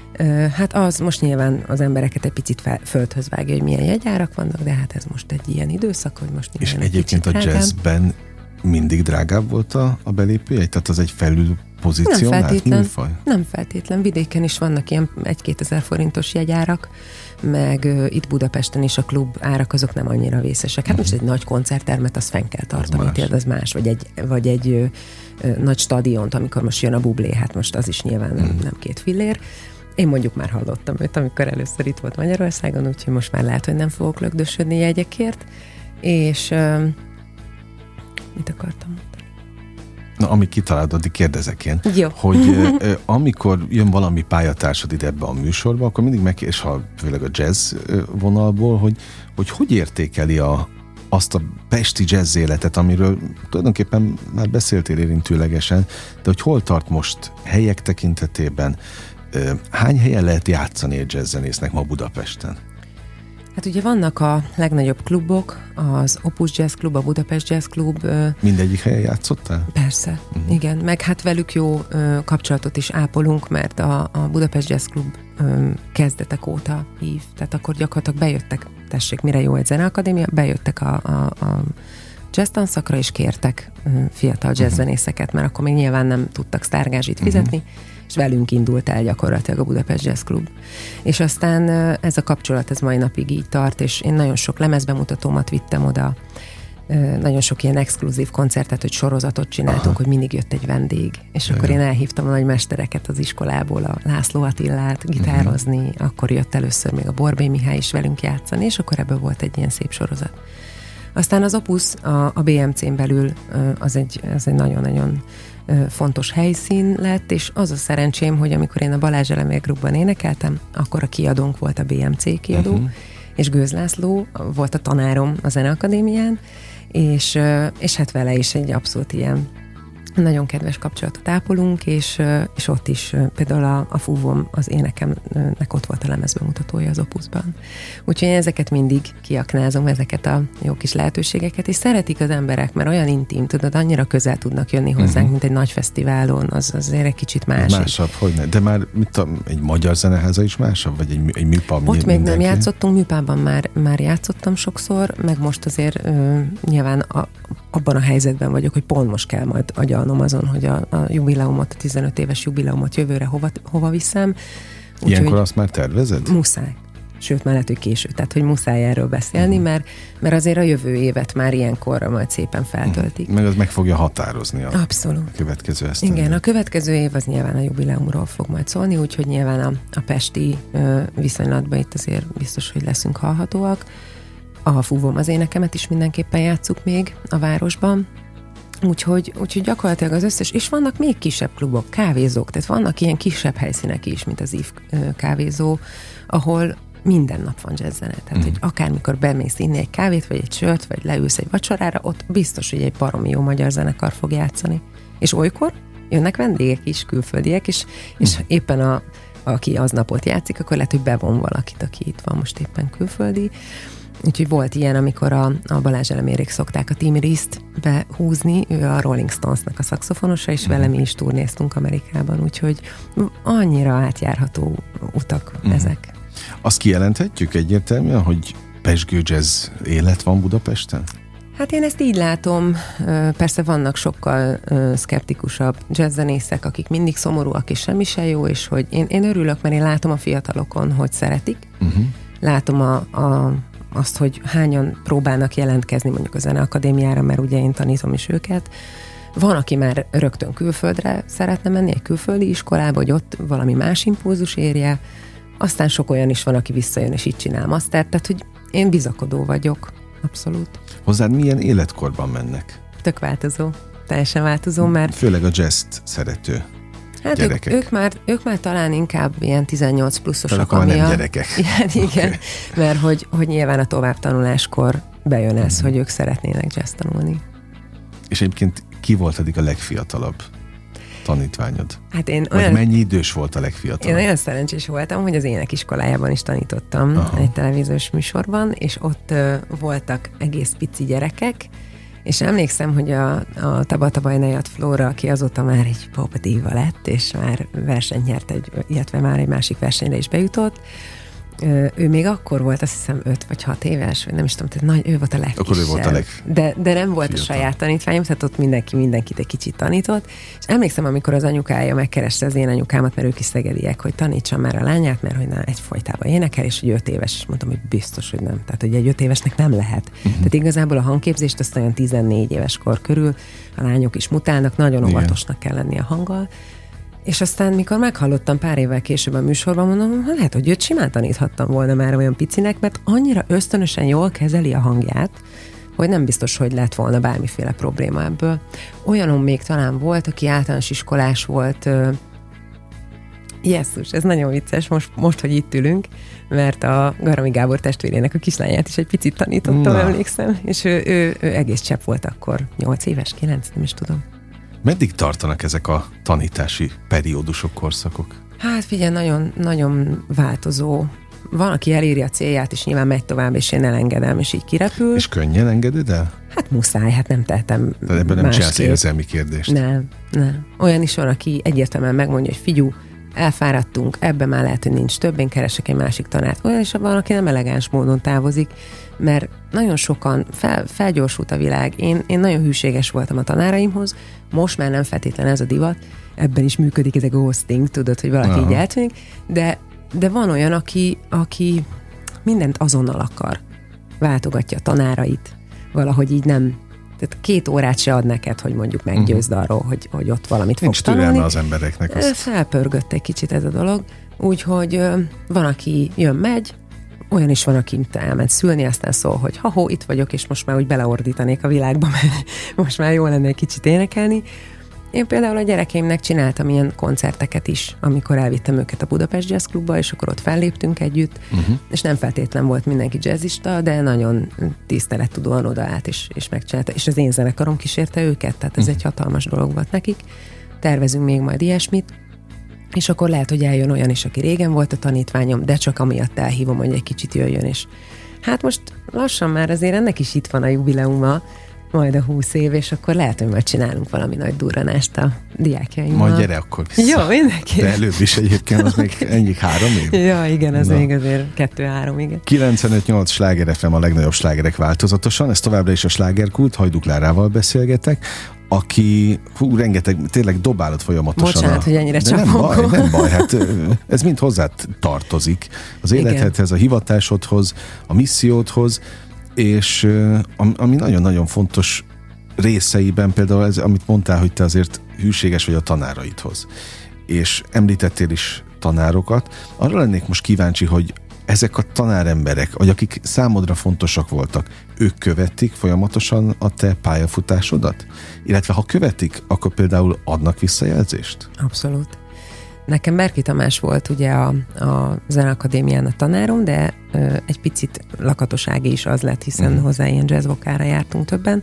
Hát az most nyilván az embereket egy picit fel, földhöz vágja, hogy milyen jegyárak vannak, de hát ez most egy ilyen időszak, hogy most és egyébként a jazzben mindig drágább volt a, a belépőjegy? Tehát az egy felül pozícionált műfaj? Nem feltétlen. Vidéken is vannak ilyen egy-kétezer forintos jegyárak, meg uh, itt Budapesten is a klub árak azok nem annyira vészesek. Hát uh-huh. most egy nagy koncerttermet az fenn kell tartani, az, az más. Vagy egy, vagy egy uh, uh, nagy stadiont, amikor most jön a Bublé, hát most az is nyilván nem, uh-huh. nem két fillér. Én mondjuk már hallottam őt, amikor először itt volt Magyarországon, úgyhogy most már lehet, hogy nem fogok lökdösödni jegyekért. És uh, mit akartam mondani? Na, amíg kitalálod, addig kérdezek én, Jó. hogy ö, amikor jön valami pályatársad ide ebbe a műsorba, akkor mindig meg, és ha főleg a jazz vonalból, hogy hogy, hogy értékeli a, azt a pesti jazz életet, amiről tulajdonképpen már beszéltél érintőlegesen, de hogy hol tart most helyek tekintetében, ö, hány helyen lehet játszani egy jazzzenésznek ma Budapesten? Hát ugye vannak a legnagyobb klubok, az Opus Jazz Club, a Budapest Jazz Club. Mindegyik helyen játszottál? Persze, uh-huh. igen. Meg hát velük jó ö, kapcsolatot is ápolunk, mert a, a Budapest Jazz Club ö, kezdetek óta hív. Tehát akkor gyakorlatilag bejöttek, tessék, mire jó egy zeneakadémia, bejöttek a, a, a jazz tanszakra, és kértek ö, fiatal jazzzenészeket, mert akkor még nyilván nem tudtak sztárgázsit fizetni, uh-huh. és velünk indult el gyakorlatilag a Budapest Jazz Club. És aztán ez a kapcsolat ez mai napig így tart, és én nagyon sok lemezbemutatómat vittem oda, nagyon sok ilyen exkluzív koncertet, hogy sorozatot csináltunk, aha. hogy mindig jött egy vendég. És Jaj. akkor én elhívtam a nagy mestereket az iskolából, a László Attilát gitározni, uh-huh. akkor jött először még a Borbély Mihály is velünk játszani, és akkor ebből volt egy ilyen szép sorozat. Aztán az Opus a, a bé em cén belül az egy, az egy nagyon-nagyon fontos helyszín lett, és az a szerencsém, hogy amikor én a Balázs Elemér Groupban énekeltem, akkor a kiadónk volt a bé em cé kiadó, uh-huh. és Gőz László volt a tanárom a Zeneakadémián, és, és hát vele is egy abszolút ilyen nagyon kedves kapcsolatot ápolunk, és, és ott is például a, a fúvom, az énekemnek ott volt a lemezbemutatója az Opusban. Úgyhogy én ezeket mindig kiaknázom, ezeket a jó kis lehetőségeket, és szeretik az emberek, mert olyan intim, tudod, annyira közel tudnak jönni hozzánk, uh-huh. mint egy nagy fesztiválon, az azért egy kicsit másik. Másabb, hogyne. De már mit a, egy magyar zeneháza is másabb, vagy egy, egy műpab? Ott még nem játszottunk, műpában már, már játszottam sokszor, meg most azért ö, nyilván a, abban a helyzetben vagyok, hogy pont most kell majd agyalnom azon, hogy a, a jubileumot, a tizenöt éves jubileumot jövőre hova, hova viszem. Úgy, ilyenkor azt már tervezed? Muszáj. Sőt, már lehet, hogy késő. Tehát, hogy muszáj erről beszélni, uh-huh. mert, mert azért a jövő évet már ilyenkorra majd szépen feltöltik. Uh-huh. Meg az meg fogja határozni a, Abszolút. a következő esztendőt. Igen, a következő év az nyilván a jubileumról fog majd szólni, úgyhogy nyilván a, a pesti ö, viszonylatban itt azért biztos, hogy leszünk hallhatóak. A fúvom az énekemet is mindenképpen játsszuk még a városban. Úgyhogy, úgyhogy gyakorlatilag az összes, és vannak még kisebb klubok, kávézók, tehát vannak ilyen kisebb helyszínek is, mint az ív kávézó, ahol minden nap van jazzzene. Tehát, mm. hogy akármikor bemész inni egy kávét, vagy egy sört, vagy leülsz egy vacsorára, ott biztos, hogy egy baromi jó magyar zenekar fog játszani. És olykor jönnek vendégek is, külföldiek, és, mm. és éppen a, aki aznapot játszik, akkor lehet, hogy bevon valakit, aki itt van most éppen külföldi. Úgyhogy volt ilyen, amikor a, a Balázs Elemérék szokták a Tim Reese-t behúzni, ő a Rolling Stonesnak a szaxofonosa, és vele mi is turnéztunk Amerikában, úgyhogy annyira átjárható utak uh-huh. ezek. Azt kijelenthetjük egyértelműen, hogy pezsgő jazz élet van Budapesten? Hát én ezt így látom, persze vannak sokkal szkeptikusabb jazzzenészek, akik mindig szomorúak, és semmi se jó, és hogy én, én örülök, mert én látom a fiatalokon, hogy szeretik, uh-huh. látom a, a azt, hogy hányan próbálnak jelentkezni mondjuk a Zeneakadémiára, mert ugye én tanítom is őket. Van, aki már rögtön külföldre szeretne menni, egy külföldi iskolába, hogy ott valami más impulzus érje. Aztán sok olyan is van, aki visszajön, és így csinál masztert, tehát, hogy én bizakodó vagyok. Abszolút. Hozzád milyen életkorban mennek? Tök változó. Teljesen változó, mert... Főleg a jazzt szerető. Hát ők, ők, már, ők már talán inkább ilyen tizennyolc pluszosok. Akkor már nem gyerekek. Igen, igen. Okay. Mert hogy, hogy nyilván a továbbtanuláskor bejön ez, mm. hogy ők szeretnének jazz tanulni. És egyébként ki volt eddig a legfiatalabb tanítványod? Hát én Vagy olyan, mennyi idős volt a legfiatalabb? Én olyan szerencsés voltam, hogy az énekiskolájában is tanítottam. Aha. Egy televíziós műsorban, és ott uh, voltak egész pici gyerekek, és emlékszem, hogy a, a Tabata Bajnajat Flóra, aki azóta már egy popdíva lett, és már versenyt nyert, egy, illetve már egy másik versenyre is bejutott, ő még akkor volt, azt hiszem öt vagy hat éves, vagy nem is tudom, tehát nagy, ő volt a legkisebb. Akkor ő volt a leg... De, de nem volt fiatal. A saját tanítványom, tehát ott mindenki mindenkit egy kicsit tanított, és emlékszem, amikor az anyukája megkereste az én anyukámat, mert ők is szegediek, hogy tanítsam már a lányát, mert hogy na, egyfolytában énekel, és hogy öt éves, és mondtam, hogy biztos, hogy nem. Tehát, hogy egy öt évesnek nem lehet. Uh-huh. Tehát igazából a hangképzést azt olyan tizennégy éves kor körül a lányok is mutálnak, nagyon óvatosnak kell lenni a hanggal. És aztán, mikor meghallottam pár évvel később a műsorban, mondom, lehet, hogy őt simán taníthattam volna már olyan picinek, mert annyira ösztönösen jól kezeli a hangját, hogy nem biztos, hogy lett volna bármiféle probléma ebből. Olyanom még talán volt, aki általános iskolás volt, jesszus, ez nagyon vicces, most, most, hogy itt ülünk, mert a Garami Gábor testvérének a kislányát is egy picit tanítottam, Na. emlékszem, és ő, ő, ő egész csepp volt akkor, nyolc éves, kilenc, nem is tudom. Meddig tartanak ezek a tanítási periódusok, korszakok? Hát figyelj, nagyon, nagyon változó. Van, aki eléri a célját, és nyilván megy tovább, és én elengedem, és így kirepül. És könnyen engeded el? Hát muszáj, hát nem tehetem. De ebben nem csinálsz érzelmi kérdést. Nem, nem. Olyan is van, aki egyértelműen megmondja, hogy figyú, elfáradtunk, ebben már lehet, hogy nincs több, én keresek egy másik tanárt. Olyan is van, aki nem elegáns módon távozik, mert nagyon sokan fel, felgyorsult a világ. Én, én nagyon hűséges voltam a tanáraimhoz, most már nem feltétlen ez a divat, ebben is működik ez a ghosting, tudod, hogy valaki Aha. így eltűnik, de, de van olyan, aki, aki mindent azonnal akar. Váltogatja a tanárait, valahogy így nem, tehát két órát se ad neked, hogy mondjuk meggyőzd uh-huh. arról, hogy, hogy ott valamit Nincs fog tanulni. Nincs türelme az embereknek. Azt. Felpörgött egy kicsit ez a dolog, úgyhogy van, aki jön, megy, olyan is van, aki elment szülni, aztán szól, hogy ha-hó, itt vagyok, és most már úgy beleordítanék a világba, mert most már jó lenne egy kicsit énekelni. Én például a gyerekeimnek csináltam ilyen koncerteket is, amikor elvittem őket a Budapest Jazz Klubba, és akkor ott felléptünk együtt, uh-huh. és nem feltétlen volt mindenki jazzista, de nagyon tisztelettudóan odaállt, és, és megcsinálta. És az én zenekarom kísérte őket, tehát ez uh-huh. egy hatalmas dolog volt nekik. Tervezünk még majd ilyesmit, és akkor lehet, hogy eljön olyan is, aki régen volt a tanítványom, de csak amiatt elhívom, hogy egy kicsit jöjjön, és hát most lassan már azért ennek is itt van a jubileuma, majd a húsz év, és akkor lehet, hogy majd csinálunk valami nagy durranást a diákjaimmal. Majd gyere akkor vissza. Jó, mindenki. De előbb is egyébként, az még ennyi három év? Ja, igen, az Na. még azért kettő-három, igen. kilencvenöt nyolc Sláger ef em, a legnagyobb slágerek változatosan, ez továbbra is a Slágerkult, Hajdú Klárával beszélgetek, aki, hú, rengeteg, tényleg dobálod folyamatosan. Bocsánat, a... hogy ennyire csapom. Nem baj, nem baj, hát ez mind hozzá tartozik. Az életedhez, a hivatásodhoz, a missziódhoz, és ami nagyon-nagyon fontos részeiben, például ez, amit mondtál, hogy te azért hűséges vagy a tanáraidhoz. És említettél is tanárokat. Arra lennék most kíváncsi, hogy ezek a tanáremberek, vagy akik számodra fontosak voltak, ők követik folyamatosan a te pályafutásodat? Illetve ha követik, akkor például adnak visszajelzést? Abszolút. Nekem Berki Tamás volt ugye a, a Zeneakadémián a tanárom, de ö, egy picit Lakatos Ági is az lett, hiszen uh-huh. hozzá ilyen jazzvokára jártunk többen,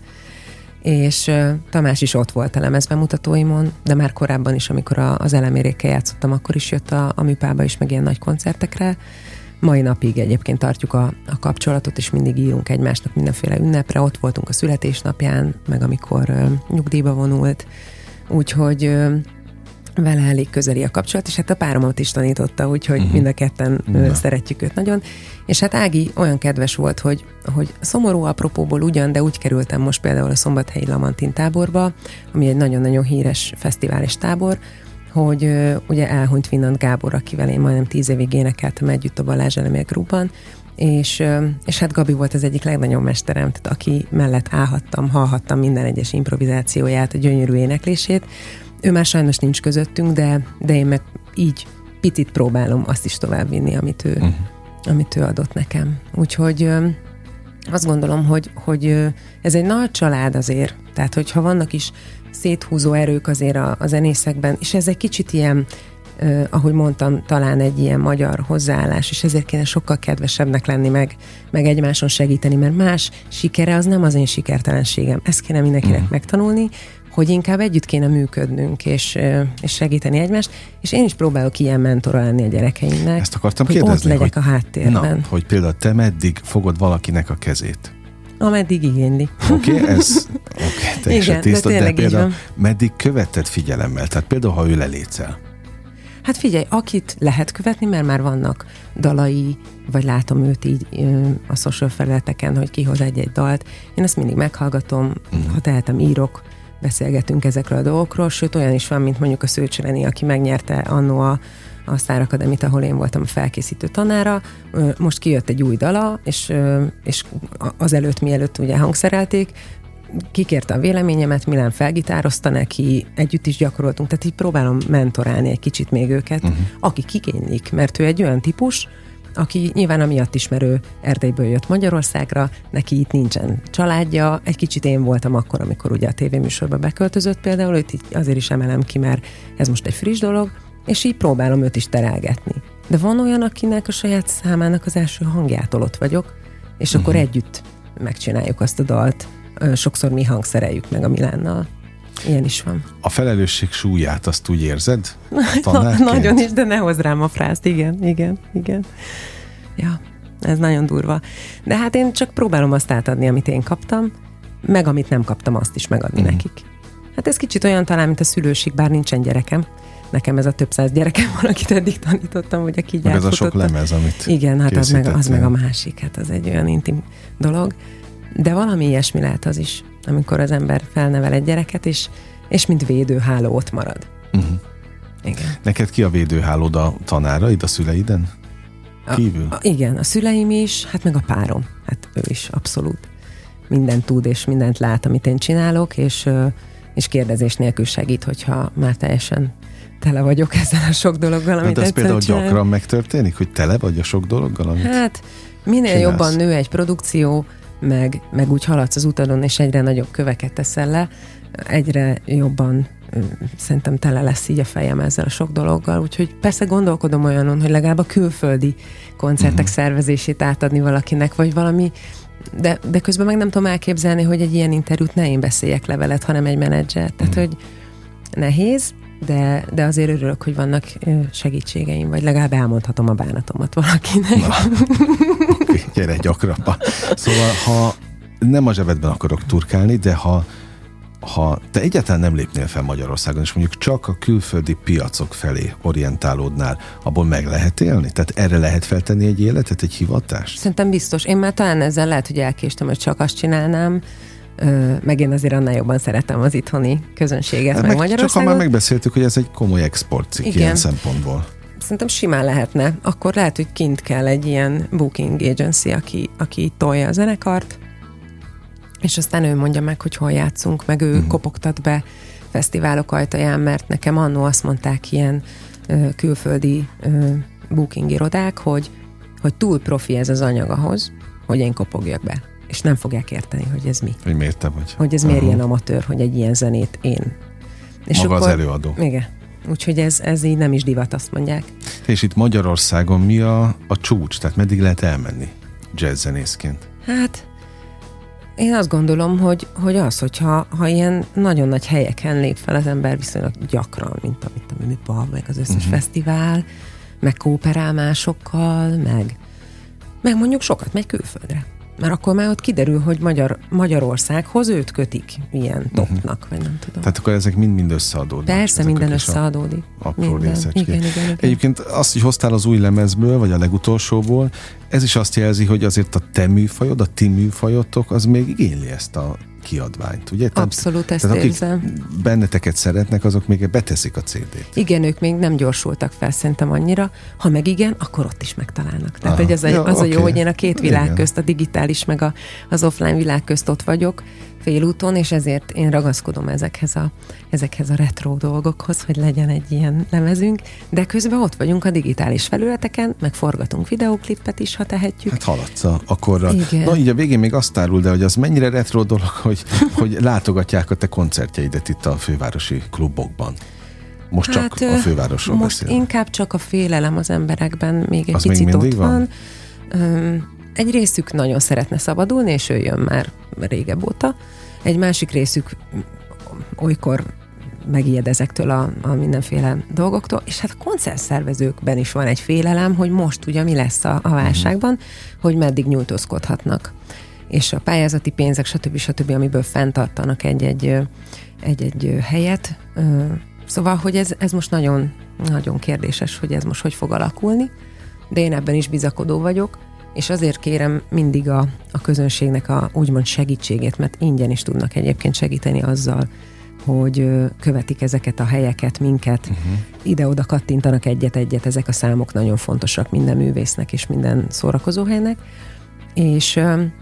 és ö, Tamás is ott volt a lemezbemutatóimon, de már korábban is, amikor a, az elemérékkel játszottam, akkor is jött a, a műpába is, meg ilyen nagy koncertekre. Mai napig egyébként tartjuk a, a kapcsolatot, és mindig írunk egymásnak mindenféle ünnepre, ott voltunk a születésnapján, meg amikor ö, nyugdíjba vonult, úgyhogy ö, vele elég közeli a kapcsolat, és hát a páromat is tanította, úgyhogy uh-huh. mind a ketten uh, szeretjük őt nagyon. És hát Ági olyan kedves volt, hogy, hogy szomorú apropóból ugyan, de úgy kerültem most például a Szombathelyi Lamantin táborba, ami egy nagyon-nagyon híres fesztivális tábor, hogy uh, ugye elhunyt Vinant Gábor, akivel én majdnem tíz évig énekeltem együtt a Balázs Elemér Groupban, és, uh, és hát Gabi volt az egyik legnagyobb mesterem, tehát aki mellett állhattam, hallhattam minden egyes improvizációját, a gyönyörű éneklését. Ő már sajnos nincs közöttünk, de, de én meg így picit próbálom azt is továbbvinni, amit ő, uh-huh. amit ő adott nekem. Úgyhogy ö, azt gondolom, hogy, hogy ö, ez egy nagy család azért. Tehát, hogyha vannak is széthúzó erők azért a, a zenészekben, és ez egy kicsit ilyen, ö, ahogy mondtam, talán egy ilyen magyar hozzáállás, és ezért kéne sokkal kedvesebbnek lenni, meg, meg egymáson segíteni, mert más sikere az nem az én sikertelenségem. Ezt kéne mindenkinek uh-huh. megtanulni, hogy inkább együtt kéne működnünk, és, és segíteni egymást, és én is próbálok ilyen mentora lenni a gyerekeimnek. Ezt akartam hogy kérdezni, ott legyek hogy, a háttérben. Na, hogy például te meddig fogod valakinek a kezét? Ameddig igényli. Oké, okay, ez okay, teljesen Igen, tiszta, de, de például meddig követted figyelemmel? Tehát például, ha ő lelétszel. Hát figyelj, akit lehet követni, mert már vannak dalai, vagy látom őt így a social felületeken, hogy kihoz egy-egy dalt. Én ezt mindig meghallgatom, uh-huh. ha tehetem, írok, beszélgetünk ezekről a dolgokról, sőt olyan is van, mint mondjuk a Szőcs Reni, aki megnyerte annó a, a Sztár Akadémit, ahol én voltam a felkészítő tanára. Most kijött egy új dala, és, és azelőtt, mielőtt ugye hangszerelték, kikérte a véleményemet, Milán felgitározta neki, együtt is gyakoroltunk, tehát így próbálom mentorálni egy kicsit még őket, uh-huh. akik igénylik, mert ő egy olyan típus, aki nyilván amiatt ismerő, Erdélyből jött Magyarországra, neki itt nincsen családja, egy kicsit én voltam akkor, amikor ugye a tévéműsorba beköltözött például, őt így azért is emelem ki, mert ez most egy friss dolog, és így próbálom őt is terelgetni. De van olyan, akinek a saját számának az első hangjától ott vagyok, és uh-huh. akkor együtt megcsináljuk azt a dalt. Sokszor mi hangszereljük meg a Milánnal. Ilyen is van. A felelősség súlyát azt úgy érzed? Na, nagyon is, de ne hozz rám a frászt. Igen, igen, igen. Ja, ez nagyon durva. De hát én csak próbálom azt átadni, amit én kaptam, meg amit nem kaptam, azt is megadni mm. nekik. Hát ez kicsit olyan talán, mint a szülőség, bár nincsen gyerekem. Nekem ez a több száz gyerekem van, akit eddig tanítottam, hogy aki így meg ez a sok lemez, amit igen, hát az meg, az meg a másik, hát az egy olyan intim dolog. De valami ilyesmi lehet az is, amikor az ember felnevel egy gyereket, és, és mint védőháló ott marad. Uh-huh. Igen. Neked ki a védőhálód, a tanáraid, a szüleiden kívül? A, a, igen, a szüleim is, hát meg a párom. Hát ő is abszolút mindent tud, és mindent lát, amit én csinálok, és, és kérdezés nélkül segít, hogyha már teljesen tele vagyok ezzel a sok dologgal, amit hát ez például csinál. Gyakran megtörténik, hogy tele vagy a sok dologgal, amit hát minél csinálsz? Jobban nő egy produkció, meg, meg úgy haladsz az utadon, és egyre nagyobb köveket teszel le, egyre jobban szerintem tele lesz így a fejem ezzel a sok dologgal, úgyhogy persze gondolkodom olyanon, hogy legalább a külföldi koncertek uh-huh. szervezését átadni valakinek, vagy valami, de, de közben meg nem tudom elképzelni, hogy egy ilyen interjút ne én beszéljek le veled, hanem egy menedzser. Tehát, uh-huh. hogy nehéz, de, de azért örülök, hogy vannak segítségeim, vagy legalább elmondhatom a bánatomat valakinek. Na, okay, gyere gyakrabban. Szóval, ha nem a zsebedben akarok turkálni, de ha, ha te egyáltalán nem lépnél fel Magyarországon, és mondjuk csak a külföldi piacok felé orientálódnál, abból meg lehet élni? Tehát erre lehet feltenni egy életet, egy hivatást? Szerintem biztos. Én már talán ezzel lehet, hogy elkéstem, hogy csak azt csinálnám, meg én azért annál jobban szeretem az itthoni közönséget, meg, meg Magyarországot. Csak ha már megbeszéltük, hogy ez egy komoly exportcikk ilyen szempontból. Szerintem simán lehetne. Akkor lehet, hogy kint kell egy ilyen booking agency, aki, aki tolja a zenekart, és aztán ő mondja meg, hogy hol játszunk, meg ő uh-huh. kopogtat be fesztiválok ajtaján, mert nekem annó azt mondták ilyen ö, külföldi ö, booking irodák, hogy, hogy túl profi ez az anyag ahhoz, hogy én kopogjak be. És nem fogják érteni, hogy ez mi. Hogy miért te vagy. Hogy ez uh-huh. miért ilyen amatőr, hogy egy ilyen zenét én. És maga akkor, az előadó. Igen. Úgyhogy ez, ez így nem is divat, azt mondják. És itt Magyarországon mi a, a csúcs? Tehát meddig lehet elmenni jazzzenészként? Hát én azt gondolom, hogy, hogy az, hogyha ha ilyen nagyon nagy helyeken lép fel az ember viszonylag gyakran, mint amit a Műpa, meg az összes uh-huh. fesztivál, meg kooperál másokkal, meg, meg mondjuk sokat megy külföldre. Mert akkor már ott kiderül, hogy Magyar, Magyarországhoz őt kötik ilyen topnak, uh-huh. vagy nem tudom. Tehát akkor ezek mind-mind összeadódnak. Persze, minden összeadódik. Apró részecské. Igen, igen, igen. Egyébként azt, hogy hoztál az új lemezből, vagy a legutolsóból, ez is azt jelzi, hogy azért a te műfajod, a ti műfajotok, az még igényli ezt a kiadványt, ugye? Abszolút, tehát, ezt tehát érzem. Akik benneteket szeretnek, azok még beteszik a cé dét. Igen, ők még nem gyorsultak fel szerintem annyira. Ha meg igen, akkor ott is megtalálnak. Tehát Aha. hogy az, a, ja, az okay. a jó, hogy én a két világ igen. közt, a digitális meg a, az offline világ közt ott vagyok, félúton, és ezért én ragaszkodom ezekhez a, ezekhez a retro dolgokhoz, hogy legyen egy ilyen lemezünk, de közben ott vagyunk a digitális felületeken, meg forgatunk videóklipet is, ha tehetjük. Hát haladsz akkorra. Igen. Na így a végén még azt árul, de hogy az mennyire retro dolog, hogy, hogy látogatják a te koncertjeidet itt a fővárosi klubokban. Most hát, csak a fővárosról most beszélünk. Inkább csak a félelem az emberekben még egy az picit még ott van. van. Egy részük nagyon szeretne szabadulni, és ő jön már régebb óta. Egy másik részük olykor megijed ezektől a, a mindenféle dolgoktól, és hát a koncertszervezőkben is van egy félelem, hogy most ugye mi lesz a, a válságban, uh-huh. hogy meddig nyújtózkodhatnak. És a pályázati pénzek, stb. stb., amiből fenntartanak egy-egy, egy-egy helyet. Szóval, hogy ez, ez most nagyon, nagyon kérdéses, hogy ez most hogy fog alakulni, de én ebben is bizakodó vagyok, és azért kérem mindig a, a közönségnek a úgymond segítségét, mert ingyen is tudnak egyébként segíteni azzal, hogy követik ezeket a helyeket, minket, uh-huh. ide-oda kattintanak egyet-egyet, ezek a számok nagyon fontosak minden művésznek és minden szórakozóhelynek, és,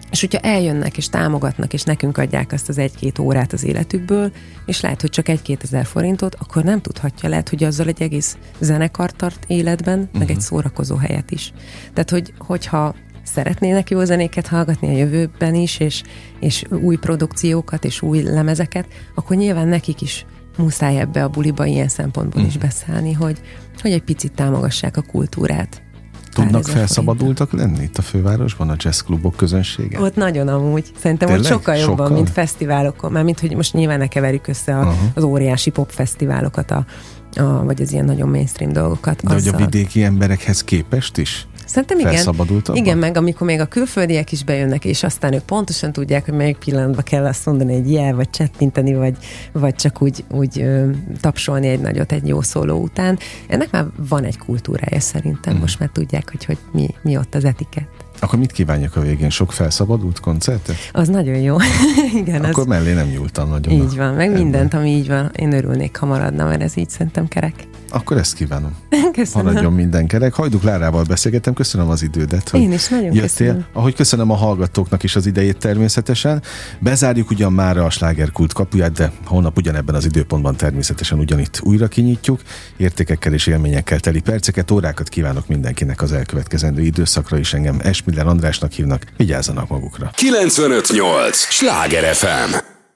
És hogyha eljönnek és támogatnak, és nekünk adják azt az egy-két órát az életükből, és lehet, hogy csak egy-két ezer forintot, akkor nem tudhatja, lehet, hogy azzal egy egész zenekart tart életben, uh-huh. meg egy szórakozó helyet is. Tehát, hogy, hogyha szeretnének jó zenéket hallgatni a jövőben is, és, és új produkciókat, és új lemezeket, akkor nyilván nekik is muszáj ebbe a buliba ilyen szempontból uh-huh. is beszállni, hogy, hogy egy picit támogassák a kultúrát. Tudnak felszabadultak lenni itt a fővárosban a jazzklubok közönsége? Ott nagyon amúgy. Szerintem ott sokkal jobban, sokkal? mint fesztiválokon. Mármint, hogy most nyilván ne keverjük össze a, uh-huh. az óriási popfesztiválokat, a, a, vagy az ilyen nagyon mainstream dolgokat. De azzal... hogy a vidéki emberekhez képest is? Szerintem igen. Igen, meg amikor még a külföldiek is bejönnek, és aztán ők pontosan tudják, hogy melyik pillanatban kell azt mondani, egy jel, vagy csettinteni, vagy, vagy csak úgy, úgy ö, tapsolni egy nagyot egy jó szóló után. Ennek már van egy kultúrája szerintem. Mm. Most már tudják, hogy, hogy mi, mi ott az etikett. Akkor mit kívánjak a végén? Sok felszabadult koncertet? Az nagyon jó. Igen, akkor az... mellé nem nyúltam nagyon. Így van, meg ebben. Mindent, ami így van. Én örülnék, ha maradna, mert ez így szerintem kerek. Akkor ezt kívánom. Köszönöm. Maradjon minden kerek. Hajduk Klárával beszélgettem, köszönöm az idődet, hogy Én is nagyon jöttél. Köszönöm. Ahogy köszönöm a hallgatóknak is az idejét természetesen. Bezárjuk ugyan már a slágerkult kapuját, de holnap ugyanebben az időpontban természetesen ugyanitt újra kinyitjuk. Értékekkel és élményekkel teli perceket, órákat kívánok mindenkinek az elkövetkezendő időszakra is. Engem Esmiller Andrásnak hívnak. Vigyázzanak magukra. kilencvenöt nyolc Sláger ef em